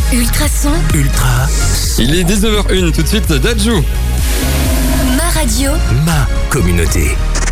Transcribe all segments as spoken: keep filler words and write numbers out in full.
Ultrason. Ultra. Il est dix-neuf heures une, tout de suite, Dadju. Ma radio. Ma communauté.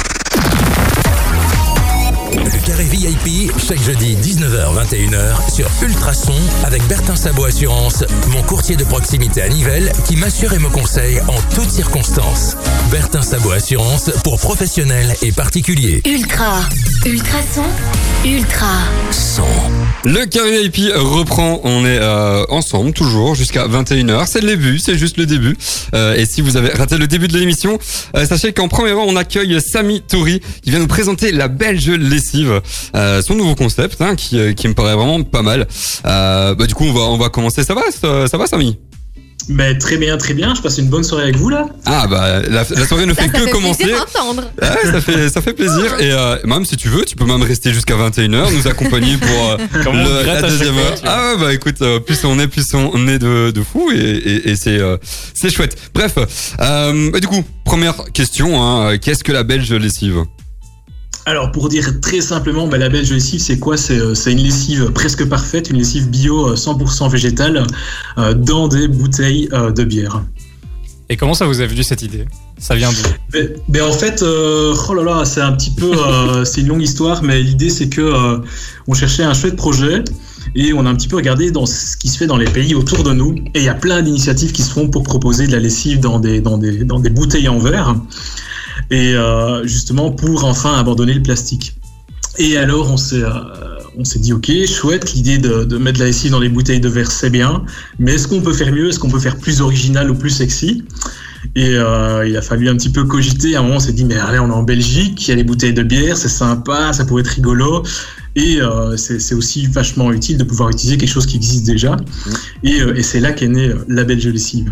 Le carré V I P, chaque jeudi dix-neuf heures vingt et une heures sur Ultrason avec Bertin Sabot Assurance, mon courtier de proximité à Nivelles qui m'assure et me conseille en toutes circonstances. Bertin Sabot Assurance pour professionnels et particuliers. Ultra. Ultrason. Ultra. Son. Le carré V I P reprend, on est euh, ensemble toujours jusqu'à vingt et une heures. C'est le début, c'est juste le début. Euh, et si vous avez raté le début de l'émission, euh, sachez qu'en premier rang, on accueille Samy Toury qui vient nous présenter la Belge lessive, euh, son nouveau concept hein, qui, euh, qui me paraît vraiment pas mal. Euh, bah, du coup, on va, on va commencer. Ça va, ça, ça va Samy? Mais très bien, très bien. Je passe une bonne soirée avec vous là. Ah bah la, la soirée ne fait ça, que ça fait commencer. d'entendre. Ouais, ça fait ça fait plaisir et euh, même si tu veux, tu peux même rester jusqu'à vingt et une heures, nous accompagner pour euh, le, la deuxième heure. Ah ouais, bah écoute, euh, plus on est, plus on est de de fou et et, et c'est euh, c'est chouette. Bref, euh, bah, du coup, première question, hein, qu'est-ce que la Belge lessive? Alors pour dire très simplement, bah, la Belge lessive c'est quoi? C'est, c'est une lessive presque parfaite, une lessive bio cent pour cent végétale euh, dans des bouteilles euh, de bière. Et comment ça vous a venu cette idée? Ça vient d'où? Mais, mais en fait, euh, oh là là, c'est un petit peu, euh, c'est une longue histoire, mais l'idée c'est que euh, on cherchait un chouette projet et on a un petit peu regardé dans ce qui se fait dans les pays autour de nous et il y a plein d'initiatives qui se font pour proposer de la lessive dans des dans des dans des bouteilles en verre. Et euh, justement pour enfin abandonner le plastique. Et alors on s'est, euh, on s'est dit ok, chouette, l'idée de, de mettre la lessive dans les bouteilles de verre c'est bien, mais est-ce qu'on peut faire mieux, est-ce qu'on peut faire plus original ou plus sexy? Et euh, il a fallu un petit peu cogiter. À un moment on s'est dit mais allez, on est en Belgique, il y a les bouteilles de bière, c'est sympa, ça pourrait être rigolo. Et euh, c'est, c'est aussi vachement utile de pouvoir utiliser quelque chose qui existe déjà. Et, euh, et c'est là qu'est née la Belge lessive.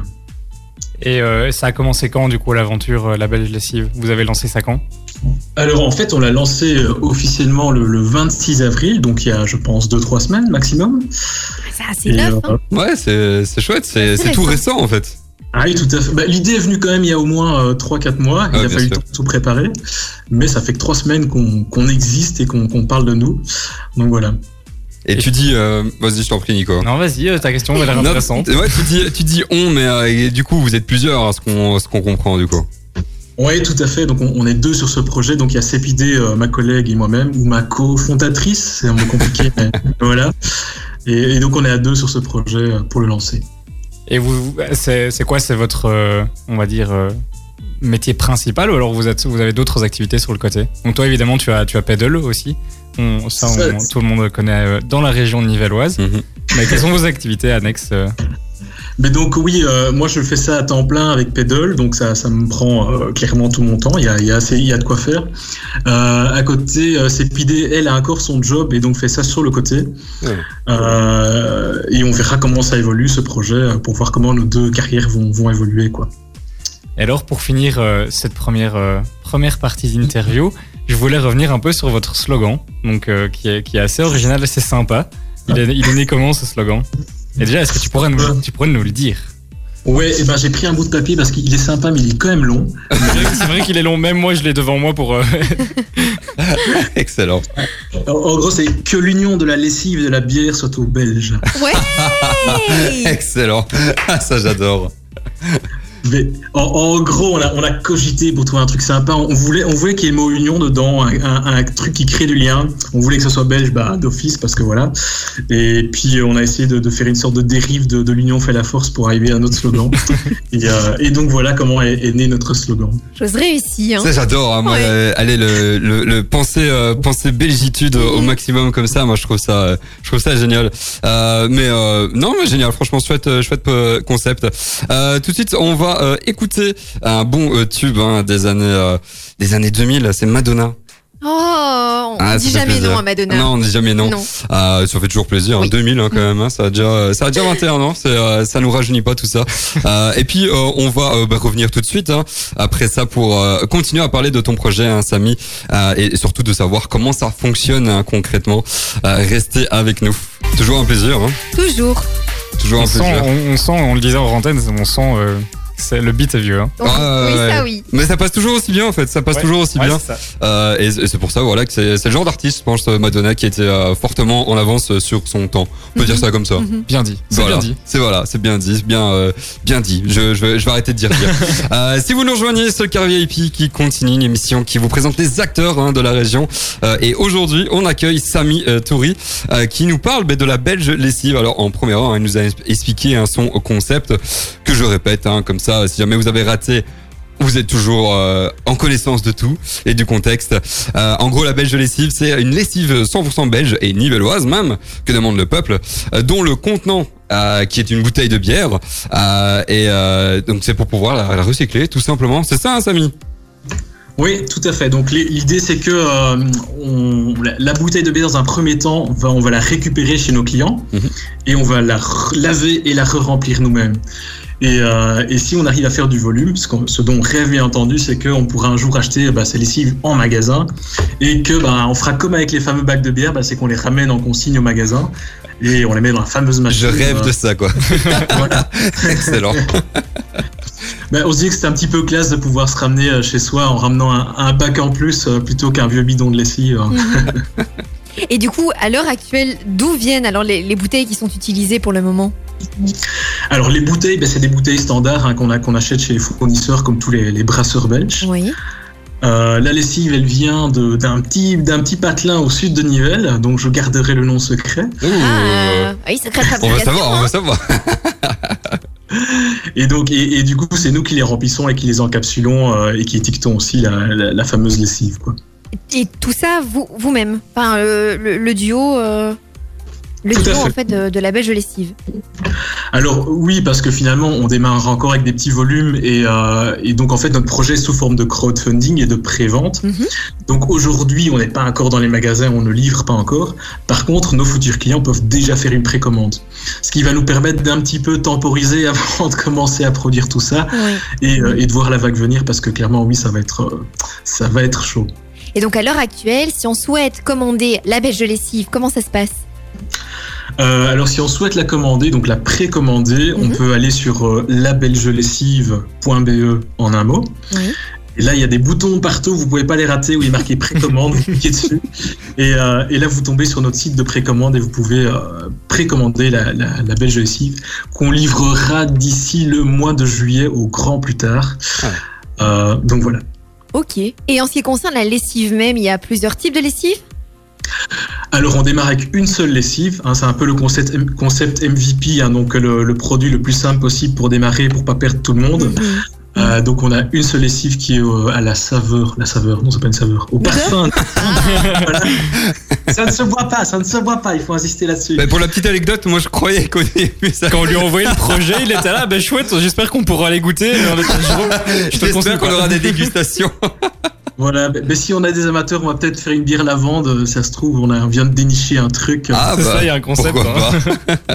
Et euh, ça a commencé quand, du coup, l'aventure euh, La Belge lessive? Vous avez lancé ça quand? Alors, en fait, on l'a lancé euh, officiellement le, le vingt-six avril, donc il y a, je pense, deux trois semaines maximum. C'est assez neuf, hein. Ouais, c'est, c'est chouette, c'est, c'est, c'est tout récent, en fait. Ah oui, tout à fait. Bah, l'idée est venue quand même il y a au moins euh, trois quatre mois. Il ah, a fallu sûr. tout préparer. Mais ça fait que trois semaines qu'on, qu'on existe et qu'on, qu'on parle de nous. Donc voilà. Et tu dis, euh, vas-y, je t'en prie, Nico. Non, vas-y, euh, ta question elle a l'air intéressante. Ouais, tu dis, tu dis on, mais euh, et du coup, vous êtes plusieurs, à ce qu'on, ce qu'on comprend, du coup. Oui, tout à fait. Donc, on, on est deux sur ce projet. Donc, il y a Cépidé, euh, ma collègue et moi-même, ou ma co-fondatrice. C'est un peu compliqué, mais voilà. Et, et donc, on est à deux sur ce projet pour le lancer. Et vous, c'est, c'est quoi, c'est votre, euh, on va dire, euh, métier principal, ou alors vous êtes, vous avez d'autres activités sur le côté? Donc, toi, évidemment, tu as, tu as Pedal aussi. On, ça, on, tout le monde connaît dans la région nivelloise. Mm-hmm. Mais quelles sont vos activités annexes? Mais donc oui, euh, moi je fais ça à temps plein avec Pedal, donc ça, ça me prend euh, clairement tout mon temps. Il y a, il y a assez, il y a de quoi faire. Euh, à côté, euh, Cépidé, elle a encore son job et donc fait ça sur le côté. Mm. Euh, et on verra comment ça évolue ce projet pour voir comment nos deux carrières vont, vont évoluer, quoi. Et alors pour finir euh, cette première euh, première partie d'interview, je voulais revenir un peu sur votre slogan, donc euh, qui est qui est assez original, assez sympa. Il est il est né comment ce slogan? Et déjà, est-ce que tu pourrais nous tu pourrais nous le dire? Ouais, et ben j'ai pris un bout de papier parce qu'il est sympa, mais il est quand même long. C'est vrai, c'est vrai qu'il est long. Même moi, je l'ai devant moi pour. Euh... Excellent. En, en gros, c'est que l'union de la lessive et de la bière soit aux Belges. Ouais. Excellent. Ça, j'adore. Mais en, en gros, on a, on a cogité pour trouver un truc sympa. On voulait, on voulait qu'il y ait le mot union dedans, un, un, un truc qui crée du lien. On voulait que ce soit belge, bah, d'office, parce que voilà. Et puis, on a essayé de, de faire une sorte de dérive de, de l'union fait la force pour arriver à notre slogan. et, euh, et donc, voilà comment est, est né notre slogan. Chose réussie, hein. Ça, j'adore. Hein, moi, ouais. euh, allez, le, le, le penser, euh, penser belgitude mmh. au maximum comme ça, moi, je trouve ça, euh, je trouve ça génial. Euh, mais euh, non, mais génial. Franchement, chouette, chouette concept. Euh, tout de suite, on va Euh, écoutez un bon euh, tube hein, des années euh, des années deux mille, c'est Madonna. Oh, on ah, dit jamais plaisir. Non à Madonna. Non, on dit jamais non. non. Euh, ça fait toujours plaisir. Oui. Hein, deux mille hein, quand même. Hein, ça a déjà, ça a déjà vingt et un ans. C'est, euh, ça nous rajeunit pas tout ça. euh, et puis euh, on va euh, bah, revenir tout de suite hein, après ça pour euh, continuer à parler de ton projet, hein, Samy, euh, et surtout de savoir comment ça fonctionne hein, concrètement. Euh, restez avec nous. Toujours un plaisir. Hein. Toujours. Toujours un on plaisir. Sent, on, on sent, on le disait en antenne, on sent. Euh... C'est, le beat est vieux. Hein. Donc, Ah, oui, ouais. ça oui. Mais ça passe toujours aussi bien en fait, ça passe Ouais. toujours aussi Ouais, bien. c'est ça. Euh, et, et c'est pour ça voilà que c'est, c'est le genre d'artiste, je pense, Madonna, qui était euh, fortement en avance sur son temps. On peut dire ça comme ça. Bien dit. C'est Voilà. bien dit. C'est voilà, c'est bien dit, c'est bien, euh, bien dit. Je, je, vais, je vais arrêter de dire dire. euh, si vous nous rejoignez, c'est le Car V I P qui continue une émission qui vous présente les acteurs hein, de la région. Euh, et aujourd'hui, on accueille Samy euh, Toury euh, qui nous parle bah, de la Belge lessive. Alors en premier rang, hein, il nous a expliqué hein, son concept que je répète hein, comme ça. Si jamais vous avez raté. Vous êtes toujours euh, en connaissance de tout et du contexte. Euh, en gros, la Belge lessive, c'est une lessive cent pour cent belge et nivelloise même, que demande le peuple, euh, dont le contenant, euh, qui est une bouteille de bière, euh, et euh, donc c'est pour pouvoir la, la recycler, tout simplement. C'est ça, hein, Samy ? Oui, tout à fait. Donc les- l'idée c'est que euh, on, la, la bouteille de bière dans un premier temps, on va, on va la récupérer chez nos clients Mhm. et on va la re- laver et la re-remplir nous-mêmes. Et, euh, et si on arrive à faire du volume, ce, qu'on- ce dont on rêve bien entendu, c'est qu'on pourra un jour acheter bah, ces lessives en magasin et que bah, on fera comme avec les fameux bacs de bière, bah, c'est qu'on les ramène en consigne au magasin et on les met dans la fameuse Je machine. rêve euh, de ça, quoi. voilà. Excellent. Bah, on se dit que c'est un petit peu classe de pouvoir se ramener euh, chez soi en ramenant un, un bac en plus euh, plutôt qu'un vieux bidon de lessive. Et du coup, à l'heure actuelle, d'où viennent alors les, les bouteilles qui sont utilisées pour le moment? Alors les bouteilles, bah, c'est des bouteilles standards hein, qu'on a, qu'on achète chez les fournisseurs comme tous les, les brasseurs belges. Oui. Euh, la lessive, elle vient de- d'un petit, d'un petit patelin au sud de Nivelles, donc je garderai le nom secret. Ouh. Ah, oui, secret de On va fabrication. savoir, on hein. va savoir. Et donc, et, et du coup, c'est nous qui les remplissons et qui les encapsulons euh, et qui étiquetons aussi la, la, la fameuse lessive, quoi. Et tout ça, vous, vous-même. Enfin, euh, le, le duo, euh, le Tout à duo fait. en fait de, de la Belge lessive. Alors oui, parce que finalement, on démarre encore avec des petits volumes et, euh, et donc en fait, notre projet est sous forme de crowdfunding et de pré-vente. Mhm. Donc aujourd'hui, on n'est pas encore dans les magasins, on ne livre pas encore. Par contre, nos futurs clients peuvent déjà faire une précommande, ce qui va nous permettre d'un petit peu temporiser avant de commencer à produire tout ça Oui. et, euh, et de voir la vague venir, parce que clairement, oui, ça va être, euh, ça va être chaud. Et donc à l'heure actuelle, si on souhaite commander la Belge lessive, comment ça se passe? Euh, alors si on souhaite la commander, donc la précommander, on Mhm. peut aller sur euh, labelgelessive point b e en un mot. Oui. Et là, il y a des boutons partout, vous pouvez pas les rater, où il est marqué précommande, vous cliquez dessus. Et, euh, et là, vous tombez sur notre site de précommande et vous pouvez euh, précommander la, la, la Belge lessive, qu'on livrera d'ici le mois de juillet au grand plus tard. Ah. Euh, donc voilà. Ok. Et en ce qui concerne la lessive même, il y a plusieurs types de lessive? Alors, on démarre avec une seule lessive. Hein, c'est un peu le concept, concept M V P, hein, donc le, le produit le plus simple possible pour démarrer, pour pas perdre tout le monde. Mhm. Euh, donc, on a une seule lessive qui est euh, à la saveur. La saveur, non, c'est pas une saveur. Au parfum. Voilà. Ça ne se voit pas, ça ne se voit pas. Il faut insister là-dessus. Mais pour la petite anecdote, moi je croyais qu'au début ça. Quand on lui a envoyé le projet, il était là, ben chouette, j'espère qu'on pourra aller goûter. Mais on était, je, je te le conseille J'espère qu'on pas. aura des dégustations. Voilà. Mais mais si on a des amateurs, on va peut-être faire une bière lavande. Ça se trouve, on, a, on vient de dénicher un truc. Ah C'est bah, ça, il y a un concept. pourquoi hein. pas.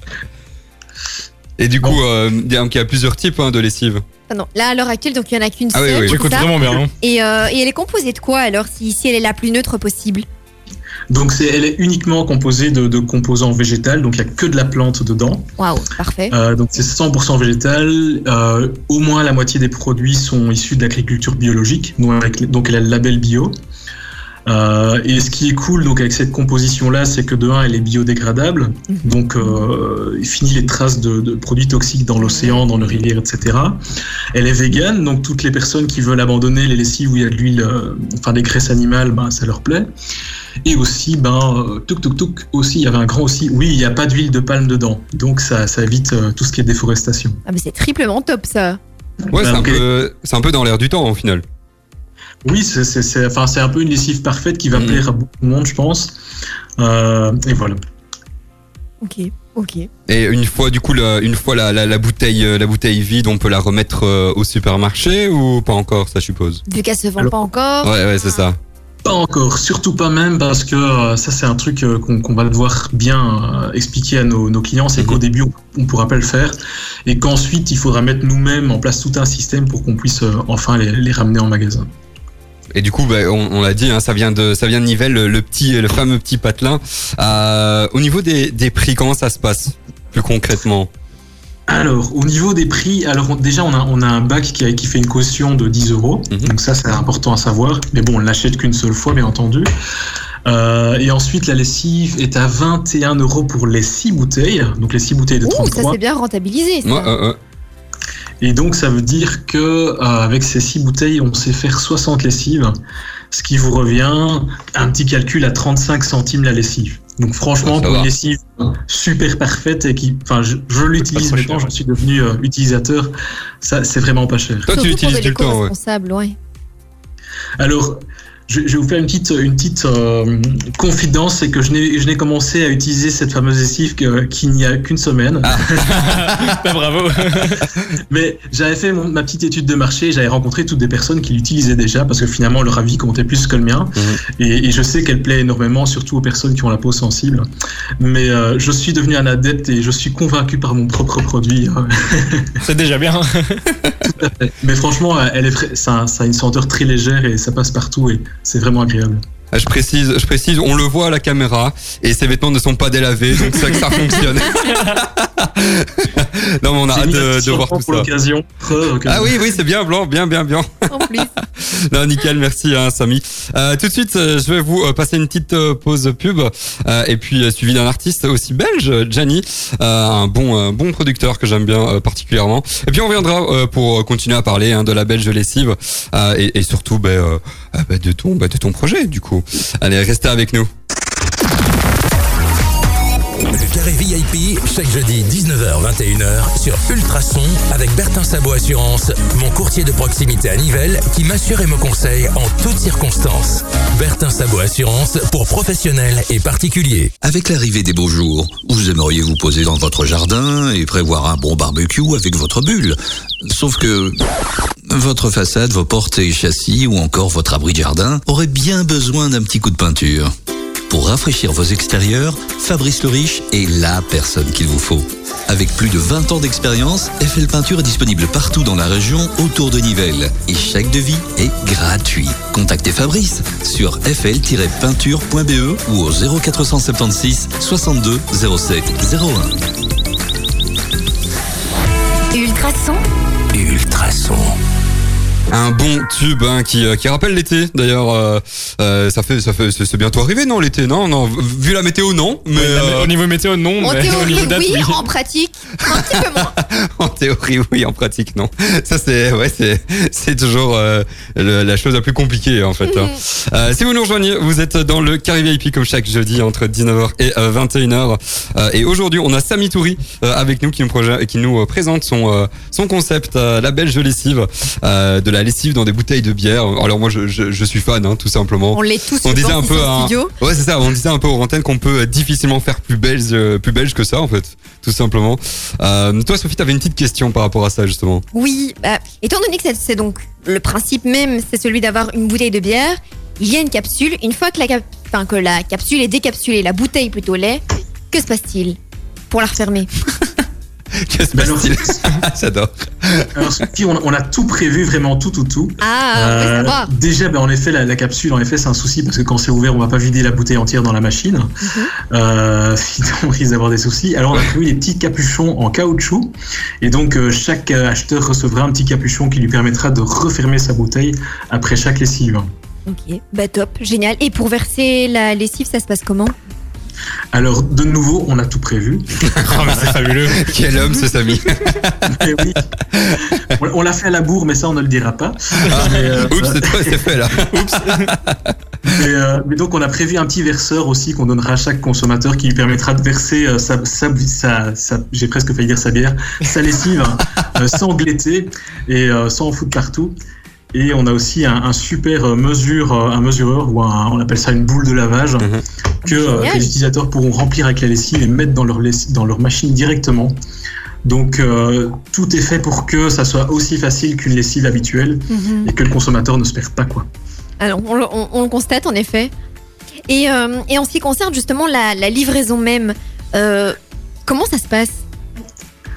Et du coup, euh, il y a- donc, il y a plusieurs types hein, de lessive. Ah non, là à l'heure actuelle, donc il y en a qu'une Ah oui, seule. oui. c'est J'écoute ça vraiment bien. hein. Et, euh, et elle est composée de quoi alors, si, si elle est la plus neutre possible? Donc, c'est, elle est uniquement composée de, de composants végétaux. Donc, il n'y a que de la plante dedans. Waouh, parfait. Euh, donc c'est cent pour cent végétal. Euh, au moins la moitié des produits sont issus d'agriculture biologique, donc avec donc elle a le label bio. Euh, et ce qui est cool donc avec cette composition là, c'est que de un elle est biodégradable, Mhm. donc euh, il finit les traces de, de produits toxiques dans l'océan, dans nos rivières, et cetera. Elle est végane, donc toutes les personnes qui veulent abandonner les lessives où il y a de l'huile, euh, enfin des graisses animales, ben ça leur plaît. Et aussi, ben, euh, tuk tuk tuk, aussi, il y avait un grand aussi, oui, il n'y a pas d'huile de palme dedans. Donc ça, ça évite euh, tout ce qui est déforestation. Ah mais c'est triplement top ça. Ouais, c'est Bah, un, ok. peu, c'est un peu dans l'air du temps au final. Oui, c'est, c'est, c'est, enfin, c'est un peu une lessive parfaite qui va Mhm. plaire à beaucoup de monde, je pense. Euh, et voilà. Ok, ok. Et une fois du coup, la, une fois la, la, la bouteille, euh, la bouteille vide, on peut la remettre euh, au supermarché ou pas encore, ça je suppose. Vu qu'elle se vend Alors- pas encore. Ouais, ouais, c'est ça. Pas encore, surtout pas même, parce que euh, ça, c'est un truc euh, qu'on, qu'on va devoir bien euh, expliquer à nos, nos clients. C'est Mhm. qu'au début, on ne pourra pas le faire. Et qu'ensuite, il faudra mettre nous-mêmes en place tout un système pour qu'on puisse euh, enfin les, les ramener en magasin. Et du coup, bah, on, on l'a dit, hein, ça vient de, ça vient de Nivelles, le, le petit, le fameux petit patelin. Euh, au niveau des, des prix, comment ça se passe plus concrètement? Alors, au niveau des prix, alors on- déjà on a, on a un bac qui, a- qui fait une caution de dix euros, Mhm. donc ça c'est important à savoir, mais bon on l'achète qu'une seule fois bien entendu. Euh, et ensuite la lessive est à vingt et un euros pour les six bouteilles, donc les six bouteilles de Ouh, ça trente-trois. c'est bien rentabilisé. Ça. Ouais, ouais, ouais. Et donc ça veut dire que euh, avec ces six bouteilles on sait faire soixante lessives, ce qui vous revient un petit calcul à trente-cinq centimes la lessive. Donc franchement Ça pour va. une lessive super parfaite et qui, enfin je, je l'utilise trop maintenant, cher. j'en suis devenu euh, utilisateur, ça c'est vraiment pas cher. Toi, tu Surtout l'utilises pour de tout le temps, ouais. l'éco-responsable, ouais. Alors, je, je vais vous faire une petite, une petite euh, confidence, c'est que je n'ai, je n'ai commencé à utiliser cette fameuse lessive que- qu'il n'y a qu'une semaine. Ah. Bah, bravo. Mais j'avais fait mon- ma petite étude de marché, j'avais rencontré toutes des personnes qui l'utilisaient déjà, parce que finalement leur avis comptait plus que le mien. Mhm. Et, et je sais qu'elle plaît énormément, surtout aux personnes qui ont la peau sensible. Mais euh, je suis devenu un adepte et je suis convaincu par mon propre produit. C'est déjà bien. Mais franchement, elle est, vra- ça, ça a une senteur très légère et ça passe partout et c'est vraiment agréable. Ah, Je précise, je précise, on le voit à la caméra et ses vêtements ne sont pas délavés, donc c'est que ça fonctionne. Non, mais on a J'ai hâte mis un de, petit de voir shampoing tout pour ça. l'occasion. Preuve que- Ah oui, oui, c'est bien blanc, bien, bien, bien. En plus. Non, nickel, merci, hein, Samy. Euh, tout de suite, euh, je vais vous euh, passer une petite euh, pause pub euh, et puis euh, suivi d'un artiste aussi belge, Gianni, euh, un bon, euh, bon producteur que j'aime bien euh, particulièrement. Et puis on reviendra euh, pour continuer à parler hein, de la belge lessive euh, et, et surtout bah, euh, euh, bah, de ton, bah, de ton projet du coup. Allez, restez avec nous. Le carré V I P, chaque jeudi dix-neuf heures vingt et une heures sur Ultrason avec Bertin Sabot Assurance, mon courtier de proximité à Nivelles qui m'assure et me conseille en toutes circonstances. Bertin Sabot Assurance pour professionnels et particuliers. Avec l'arrivée des beaux jours, vous aimeriez vous poser dans votre jardin et prévoir un bon barbecue avec votre bulle. Sauf que votre façade, vos portes et châssis ou encore votre abri de jardin auraient bien besoin d'un petit coup de peinture. Pour rafraîchir vos extérieurs, Fabrice le Riche est la personne qu'il vous faut. Avec plus de vingt ans d'expérience, F L Peinture est disponible partout dans la région autour de Nivelles. Et chaque devis est gratuit. Contactez Fabrice sur f l tiret peinture point b e ou au zéro quatre cent soixante-seize soixante-deux zéro sept zéro un. Ultrason. Ultrason. Un bon tube hein, qui euh, qui rappelle l'été d'ailleurs. Euh, euh, ça fait ça fait c'est c'est bientôt arrivé non l'été non non vu la météo non mais Ouais, la- euh, Au niveau météo, non. En mais au théorie, niveau date, oui, oui. en pratique, un petit peu moins. en théorie oui, en pratique non. Ça c'est ouais c'est c'est toujours euh, le- la chose la plus compliquée en fait. hein. Euh, si vous nous rejoignez, vous êtes dans le Carré V I P comme chaque jeudi entre dix-neuf heures et euh, vingt et une heures. Euh, et aujourd'hui, on a Samy Touri euh, avec nous qui nous, projet, qui nous euh, présente son euh, son concept, euh, la belge lessive, euh, de la lessive dans des bouteilles de bière. Alors moi, je, je, je suis fan, hein, tout simplement. On l'est tous, On je disait pense, un peu, ici en un- studio. ouais c'est ça. On disait un peu aux antennes qu'on peut euh, difficilement faire plus belge, euh, plus belge que ça en fait, tout simplement. Euh, toi, Sophie, t'avais une petite question par rapport à ça justement. Oui, bah, étant donné que c'est- c'est donc le principe même, c'est celui d'avoir une bouteille de bière, il y a une capsule. Une fois que la, cap- enfin, que la capsule est décapsulée, la bouteille plutôt l'est, que se passe-t-il pour la refermer? Qu'est-ce que Ben alors, c'est J'adore. alors, Sophie, on, on a tout prévu, vraiment tout, tout, tout. Ah, ouais, Euh, ça va. déjà, ben, en effet, la, la capsule, en effet, c'est un souci parce que quand c'est ouvert, on va pas vider la bouteille entière dans la machine. Euh, sinon, on risque d'avoir des soucis. Alors, on a prévu des petits capuchons en caoutchouc. Et donc, euh, chaque euh, acheteur recevra un petit capuchon qui lui permettra de refermer sa bouteille après chaque lessive. Ok, bah top, génial. Et pour verser la lessive, ça se passe comment? Alors, de nouveau, on a tout prévu. Oh, mais c'est fabuleux. Quel homme ce Samy. Mais oui. On, on l'a fait à la bourre, mais ça, on ne le dira pas. Mais, euh, Oups, c'est toi, c'est fait là. Mais, euh, mais donc on a prévu un petit verseur aussi qu'on donnera à chaque consommateur qui lui permettra de verser euh, sa, sa, sa, sa- j'ai presque failli dire sa bière, sa lessive euh, sans gléter et euh, sans en foutre partout. Et on a aussi un, un super mesure, euh, un mesureur ou un, on appelle ça une boule de lavage Mhm. que, euh, Génial. que les utilisateurs pourront remplir avec la lessive et mettre dans leur, lessive- dans leur machine directement. Donc euh, tout est fait pour que ça soit aussi facile qu'une lessive habituelle Mhm. et que le consommateur ne se perde pas quoi. Alors, on, le- on- on le constate en effet. Et, euh, et en ce qui concerne justement la, la livraison même, euh, comment ça se passe?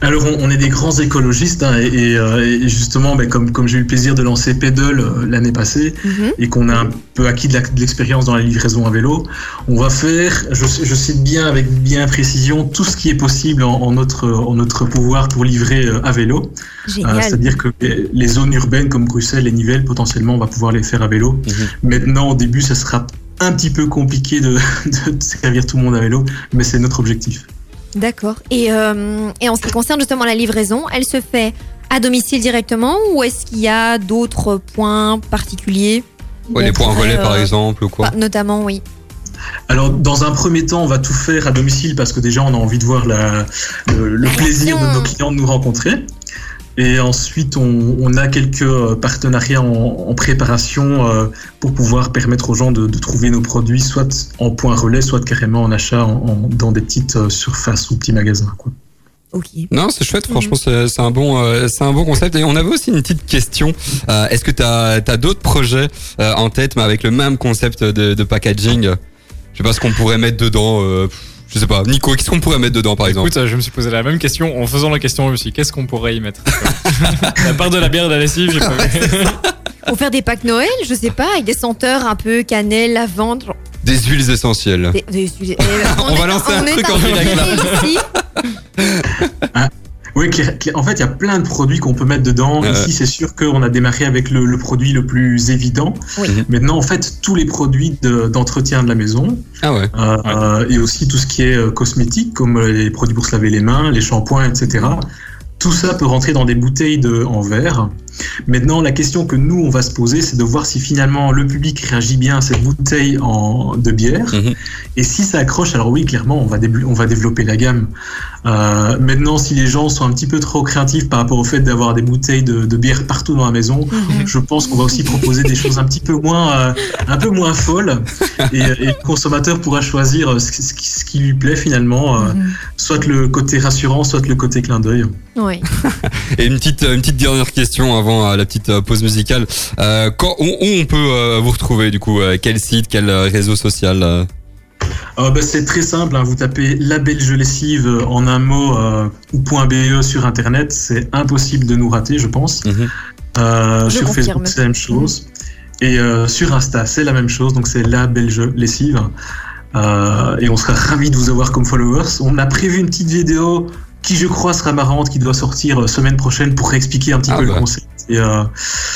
Alors on, on est des grands écologistes hein, et, et, euh, et justement ben, comme, comme j'ai eu le plaisir de lancer Pedal euh, l'année passée mm-hmm. et qu'on a un peu acquis de, la, de l'expérience dans la livraison à vélo, on va faire, je, je cite bien avec bien précision, tout ce qui est possible en, en, notre, en notre pouvoir pour livrer euh, à vélo. Génial. Euh, c'est-à-dire que les zones urbaines comme Bruxelles et Nivelles, potentiellement on va pouvoir les faire à vélo. Mm-hmm. Maintenant au début ça sera un petit peu compliqué de, de servir tout le monde à vélo, mais c'est notre objectif. D'accord. Et, euh, et en ce qui concerne justement la livraison, elle se fait à domicile directement ou est-ce qu'il y a d'autres points particuliers? Ouais, les points relais euh, par exemple ou quoi? Notamment, oui. Alors, dans un premier temps, on va tout faire à domicile parce que déjà, on a envie de voir la, le, le plaisir de nos clients de nous rencontrer. Et ensuite, on, on a quelques partenariats en, en préparation euh, pour pouvoir permettre aux gens de, de trouver nos produits, soit en point relais, soit carrément en achat en, en, dans des petites euh, surfaces ou petits magasins, quoi. Ok. Non, c'est chouette. Franchement, c'est, c'est un bon, euh, c'est un bon concept. Et on avait aussi une petite question. Euh, est-ce que t'as, t'as d'autres projets euh, en tête, mais avec le même concept de, de packaging? Je sais pas ce qu'on pourrait mettre dedans. Euh, Je sais pas, Nico, qu'est-ce qu'on pourrait mettre dedans par exemple? Écoute, je me suis posé la même question en faisant la question, je me suis dit, qu'est-ce qu'on pourrait y mettre? À part de la bière et de la lessive, j'ai pas vu. Ou faire des packs Noël, je sais pas, avec des senteurs un peu cannelle, lavande. Genre... Des huiles essentielles. Des, des huiles... on, on va lancer un truc en direct là. Ah. Oui, en fait, il y a plein de produits qu'on peut mettre dedans. Euh... Ici, c'est sûr qu'on a démarré avec le, le produit le plus évident. Oui. Maintenant, en fait, tous les produits de, d'entretien de la maison, ah ouais. Euh, ouais. Euh, et aussi tout ce qui est cosmétique, comme les produits pour se laver les mains, les shampoings, et cetera. Tout ça peut rentrer dans des bouteilles de, en verre. Maintenant, la question que nous, on va se poser, c'est de voir si finalement le public réagit bien à cette bouteille en, de bière. Mm-hmm. Et si ça accroche, alors oui, clairement, on va, dé- on va développer la gamme. Euh, maintenant, si les gens sont un petit peu trop créatifs par rapport au fait d'avoir des bouteilles de, de bière partout dans la maison, mm-hmm. je pense qu'on va aussi proposer des choses un petit peu moins, euh, un peu moins folles. Et, et le consommateur pourra choisir ce, ce, qui, ce qui lui plaît finalement, euh, mm-hmm. soit le côté rassurant, soit le côté clin d'œil. Oui. Et une petite, une petite dernière question avant euh, la petite euh, pause musicale. Euh, quand, où, où on peut euh, vous retrouver du coup euh, quel site, quel euh, réseau social euh Euh, bah, c'est très simple, hein. Vous tapez La Belge Lessive en un mot euh, ou .be sur internet, c'est impossible de nous rater, je pense. Mm-hmm. Euh, je sur confirme. Facebook, c'est la même chose. Mm-hmm. Et euh, sur Insta, c'est la même chose, donc c'est La Belge Lessive. Euh, et on sera ravis de vous avoir comme followers. On a prévu une petite vidéo qui, je crois, sera marrante, qui doit sortir semaine prochaine pour expliquer un petit ah peu bah. le concept. Et, euh,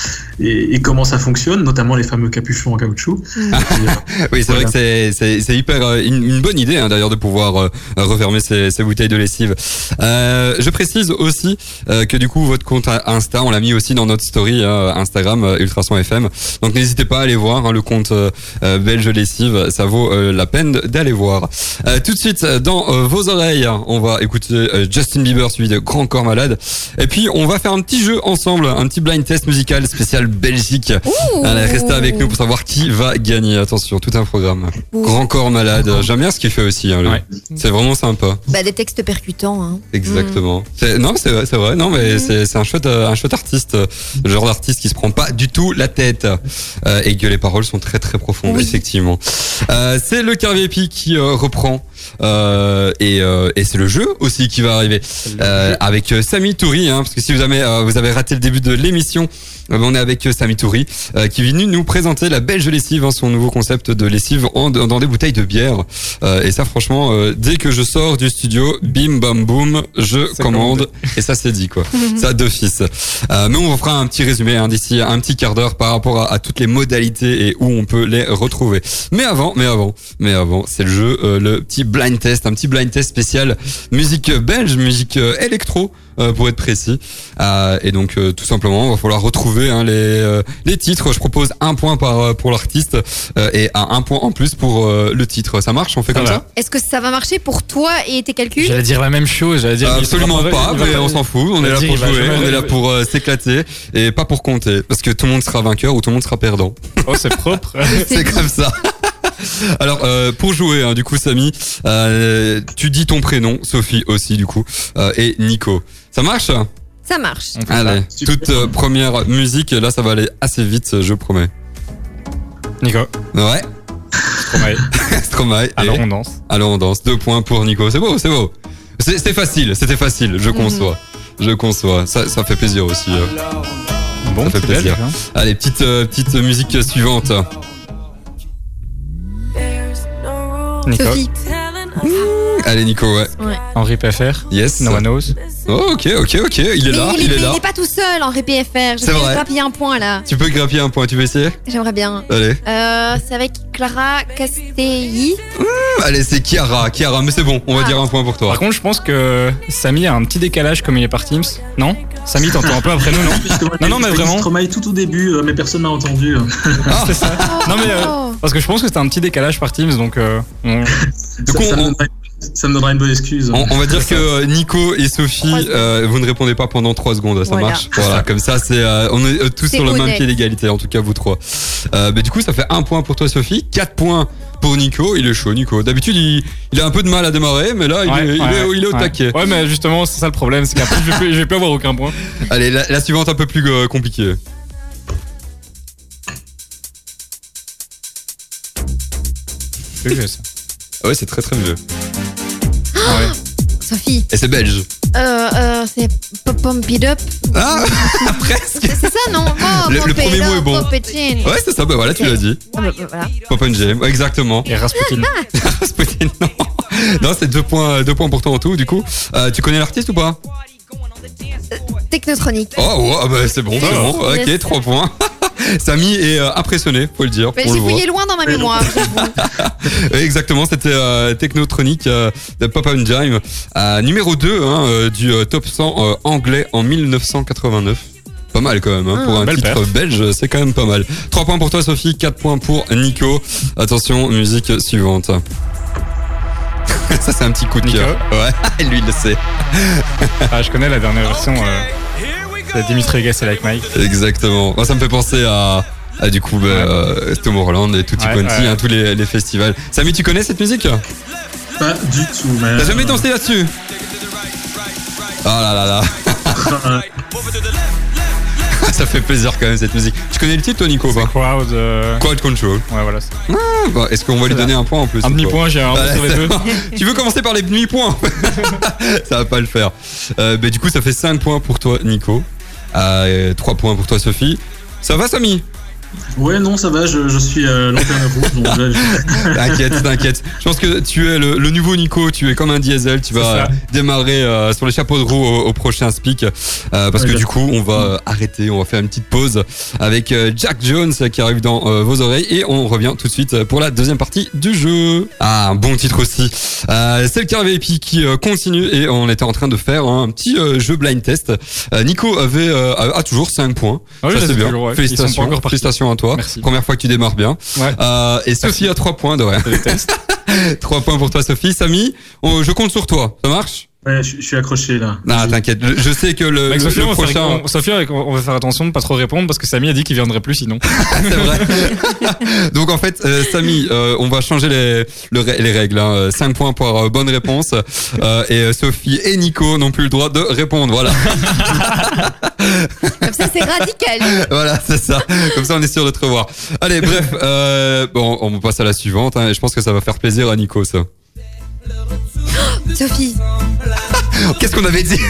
et, et comment ça fonctionne, notamment les fameux capuchons en caoutchouc. Mmh. Oui, c'est voilà. vrai que c'est, c'est, c'est hyper une, une bonne idée hein, d'ailleurs de pouvoir euh, refermer ces, ces bouteilles de lessive. Euh, je précise aussi euh, que du coup votre compte Insta, on l'a mis aussi dans notre story euh, Instagram euh, Ultrason F M. Donc n'hésitez pas à aller voir hein, le compte euh, belge lessive, ça vaut euh, la peine d'aller voir. Euh, tout de suite dans euh, vos oreilles, on va écouter euh, Justin Bieber suivi de Grand Corps Malade. Et puis on va faire un petit jeu ensemble, un petit blind test musical spécial Belgique. Ouh. Allez, restez avec nous pour savoir qui va gagner. Attention, tout un programme. Ouh. Grand Corps Malade. J'aime bien ce qu'il fait aussi. Hein, ouais. C'est vraiment sympa. Bah, des textes percutants. Hein. Exactement. Mm. C'est, non, c'est, c'est vrai. Non, mais mm. c'est, c'est un chouette, un chouette artiste. Le genre d'artiste qui se prend pas du tout la tête euh, et que les paroles sont très très profondes. Oui. Effectivement. Euh, c'est le Car V I P qui euh, reprend. Euh, et, euh, et c'est le jeu aussi qui va arriver euh, avec euh, Samy Toury hein, parce que si vous avez euh, vous avez raté le début de l'émission, euh, on est avec euh, Samy Toury euh, qui est venu nous présenter la Belge Lessive, hein, son nouveau concept de lessive en, dans des bouteilles de bière. Euh, et ça franchement, euh, dès que je sors du studio, bim bam boum, je c'est commande commandé. Et ça c'est dit quoi. Ça d'office. Euh, mais on vous fera un petit résumé hein, d'ici un petit quart d'heure par rapport à, à toutes les modalités et où on peut les retrouver. Mais avant, mais avant, mais avant, c'est le jeu, euh, le petit blind test, un petit blind test spécial musique belge, musique euh, électro euh, pour être précis. Euh, et donc euh, tout simplement, il va falloir retrouver hein, les euh, les titres. Je propose un point par pour l'artiste euh, et un, un point en plus pour euh, le titre. Ça marche? On fait ça comme va. Ça? Est-ce que ça va marcher pour toi et tes calculs? J'allais dire la même chose. J'allais dire euh, absolument pas, pas mais on s'en fout. On est là pour jouer, on est là pour euh, s'éclater et pas pour compter, parce que tout le monde sera vainqueur ou tout le monde sera perdant. Oh, c'est propre. C'est comme ça. Alors euh, pour jouer hein, du coup Samy, euh, tu dis ton prénom, Sophie aussi du coup euh, et Nico. Ça marche? Ça marche. Allez, ça. Toute euh, première musique, là ça va aller assez vite, je promets. Nico. Ouais. Stromae. Stromae. Alors on danse. Alors on danse. Deux points pour Nico. C'est beau, c'est beau. C'est, c'est facile, c'était facile, je conçois. Je conçois. Ça, ça fait plaisir aussi. euh. Bon, Ça fait c'est plaisir. belge, hein. Allez, petite, euh, petite musique suivante. Nico, Sophie. Allez, Nico, ouais. Ouais. Henri P F R, Yes. No One Knows. Oh, ok, ok, ok. Il est là, Mais il est là. Il n'est pas tout seul en P F R. Je C'est vais vrai. grappiller un point là. Tu peux grappiller un point, tu veux essayer? J'aimerais bien. Allez. Euh, c'est avec Clara Castelli. Allez, c'est Chiara, Chiara, mais c'est bon, on va Ah. dire un point pour toi. Par contre, je pense que Samy a un petit décalage comme il est par Teams. Non Samy, t'entends un peu après nous, non Puisque moi, Non, non, j'ai mais fait vraiment. Stromae tout au début, euh, mais personne m'a entendu. C'est ça. Non, mais euh, Oh. parce que je pense que c'était un petit décalage par Teams, donc euh, on- Du coup, ça, ça me on- donnera, ça me donnera une bonne excuse. On, on va dire que euh, Nico et Sophie, Trois secondes. euh, vous ne répondez pas pendant trois secondes, ça Voilà. marche? Voilà, comme ça, c'est, euh, on est euh, tous C'est sur le même honnête. pied d'égalité, en tout cas vous trois. Euh, mais du coup, ça fait un point pour toi, Sophie, quatre points pour Nico. Il est chaud, Nico. D'habitude, il, il a un peu de mal à démarrer, mais là, il, Ouais, est, il, ouais, est, il est au ouais. taquet. Ouais, mais justement, c'est ça le problème, c'est qu'après, je vais plus, je vais plus avoir aucun point. Allez, la, la suivante un peu plus euh, compliquée. C'est vieux, ça. Ah ouais, c'est très très vieux. Ah ouais. Sophie. Et c'est belge. Euh, euh, c'est Pop Pump It Up. Ah, presque. C'est c'est ça, non Oh, Le- le Pop It premier mot Up, est bon. Pop It In. Ouais, c'est ça, bah voilà, tu l'as dit. Ah, bah, bah, voilà. Pop and Jam, ouais, exactement. Et Rasputin. Rasputin, non. Non, c'est deux points, deux points pour toi en tout, du coup. Euh, tu connais l'artiste ou pas? Technotronique. Oh, ouais, ah bah, c'est bon, c'est Yes. bon. Ok, Yes. trois points. Samy est euh, impressionné, faut le dire. Mais on j'ai le voit. fouillé loin dans ma mémoire, j'avoue. Ouais, exactement, c'était euh, Technotronic euh, de Pop and Jam, euh, numéro deux hein, euh, du euh, top cent euh, anglais en mille neuf cent quatre-vingt-neuf. Pas mal quand même, hein, Ah, pour un belle titre perf. belge, c'est quand même pas mal. trois points pour toi Sophie, quatre points pour Nico. Attention, musique suivante. Ça c'est un petit coup de Nico. cœur. Ouais, lui il le sait. Ah, je connais la dernière version. Euh, c'est Dimitri Vegas et Like Mike. Exactement. Moi, ça me fait penser à, à du coup bah, euh, Tomorrowland et Tutti Ouais, Quanti, ouais. hein, tous les, les festivals. Samy, tu connais cette musique? Pas du tout, mais. T'as jamais dansé là-dessus? Oh là là là. Euh, Ça fait plaisir quand même cette musique. Tu connais le titre toi Nico ou pas? Crowd. euh, Crowd Control. Ouais, voilà. c'est- Ah, bah, est-ce qu'on va lui C'est donner un point en plus? Un ou pas demi-point, j'ai un point Ouais, sur les c'est deux. bon. Tu veux commencer par les demi-points? Ça va pas le faire. Euh, bah, du coup, ça fait cinq points pour toi, Nico. Euh, trois points pour toi, Sophie. Ça va, Samy? Ouais, non, ça va, je, je suis euh, lanterne rouge. Donc là, je- T'inquiète, t'inquiète. Je pense que tu es le, le nouveau Nico, tu es comme un diesel, tu vas C'est ça. euh, démarrer euh, sur les chapeaux de roue au, au prochain speak. Euh, parce Ouais, que je- du coup, on va euh, arrêter, on va faire une petite pause avec euh, Jack Jones qui arrive dans euh, vos oreilles et on revient tout de suite pour la deuxième partie du jeu. Ah, un bon titre aussi. Euh, c'est le Carré V I P qui euh, continue et on était en train de faire hein, un petit euh, jeu blind test. Euh, Nico avait euh, a, a toujours cinq points. Ah oui, Ça là, c'est c'est bien. toujours, ouais. Ils sont Félicitations, pas encore partis. félicitations à toi. Merci. Première fois que tu démarres bien. Ouais. Euh, et Sophie a trois points de rien. C'est les tests. Trois points pour toi, Sophie. Samy, on- je compte sur toi. Ça marche? ouais, je, je suis accroché là. Ah, Vas-y. t'inquiète. Je, je sais que le, Avec le- Sophie, le on va, faire, prochain. on- Sophie, avec- on va faire attention de pas trop répondre parce que Samy a dit qu'il viendrait plus sinon. C'est vrai. Donc en fait, euh, Samy, euh, on va changer les, le ré- les règles. Hein. cinq points pour euh, bonne réponse. Euh, et euh, Sophie et Nico n'ont plus le droit de répondre. Voilà. Comme ça, c'est radical. Voilà, c'est ça. Comme ça, on est sûr de te revoir. Allez, bref. Euh, bon, on passe à la suivante. Hein, et je pense que ça va faire plaisir à Nico, ça. Sophie. Qu'est-ce qu'on avait dit?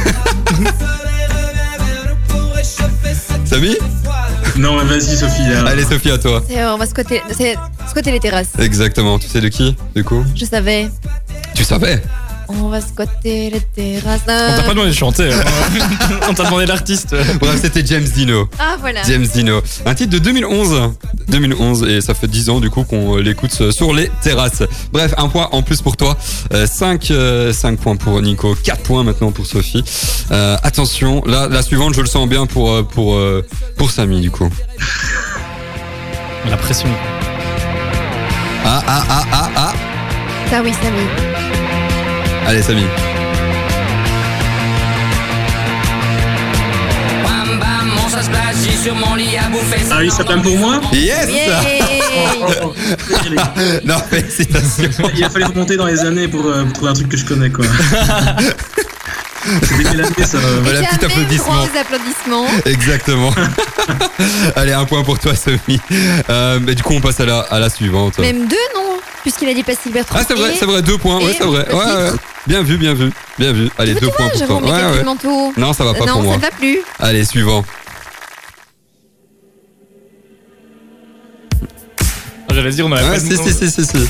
Samy? Non, mais vas-y, Sophie. là. Allez, Sophie, à toi. C'est, euh, on va squatter, c'est squatter les terrasses. Exactement. Tu sais de qui, du coup? Je savais. Tu savais? On va squatter les terrasses. On t'a pas demandé de chanter. hein. On t'a demandé l'artiste. Bref, c'était James Dino. Ah, voilà. James Dino. Un titre de deux mille onze. deux mille onze, et ça fait dix ans du coup qu'on euh, l'écoute euh, sur les terrasses. Bref, un point en plus pour toi. Euh, cinq, euh, cinq points pour Nico. quatre points maintenant pour Sophie. Euh, attention, là, la suivante, je le sens bien pour, euh, pour, euh, pour Samy du coup. La pression. Ah, ah, ah, ah, ah. Ça, oui, Samy. Allez, Samy. Bam bam, mon ça se place, j'ai sur mon lit à bouffer. Ah oui, ça plane pour moi. Yes! Yeah. Oh, oh, Non, félicitations. il a fallu remonter dans les années pour, euh, pour trouver un truc que je connais, quoi. C'est des mille années, ça. euh. Voilà, petit Jamais applaudissement. droit aux applaudissements. Exactement. Allez, un point pour toi, Samy. Euh, mais du coup, on passe à la, à la suivante. Même deux, non? Puisqu'il a dit pas Sylvestre. Ah, c'est vrai, Et- c'est vrai, deux points. Ouais, et c'est vrai. le Ouais, ouais. titre. Bien vu, bien vu, bien vu. Allez, Tu deux vois, points pour Jérôme, toi. mes Ouais, calculs ouais. mentaux. Non, ça va pas non, pour ça moi. ne va plus. Allez, suivant. Ah, j'allais dire, on avait Ah, pas si, de- si, si, si, si.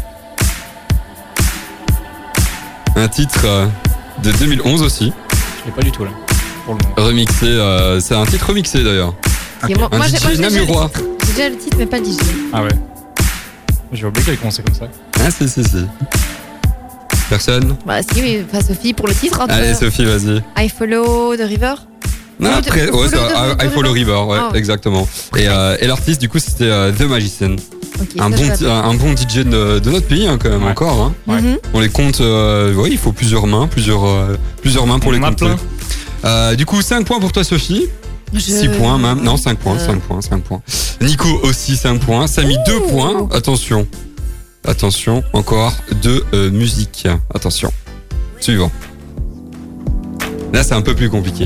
Un titre euh, de deux mille onze aussi, Je l'ai pas du tout là, pour le moment. remixé. euh, c'est un titre remixé d'ailleurs. Et moi, Un moi, j'ai, D J moi, j'ai déjà le namurois. titre. J'ai déjà le titre, mais pas le D J. Ah ouais. J'ai oublié qu'elle commençait comme ça. Ah, si, si, si. Personne. Bah, si, oui, pas Sophie pour le titre. entre Allez, Sophie, vas-y. I Follow the River. Non, Follow après, the- ouais, Follow ça, the- I, I the Follow River, ouais, Ah ouais. exactement. Et, euh, et l'artiste, du coup, c'était euh, The Magician. Ok, Un ça, bon, je ti- vais un, un bon D J de, de notre pays, hein, quand même, Ouais. encore. Hein. Ouais. Mhm. On les compte, euh, ouais, il faut plusieurs mains, plusieurs, euh, plusieurs mains pour On les en a compter. plein. Euh, du coup, cinq points pour toi, Sophie. Je- six points même. Non, cinq points, Euh. cinq points, cinq points. Nico aussi cinq points. Samy deux Ouh. points. Attention. Attention, encore deux euh, musiques. Attention. Suivant. Là, c'est un peu plus compliqué.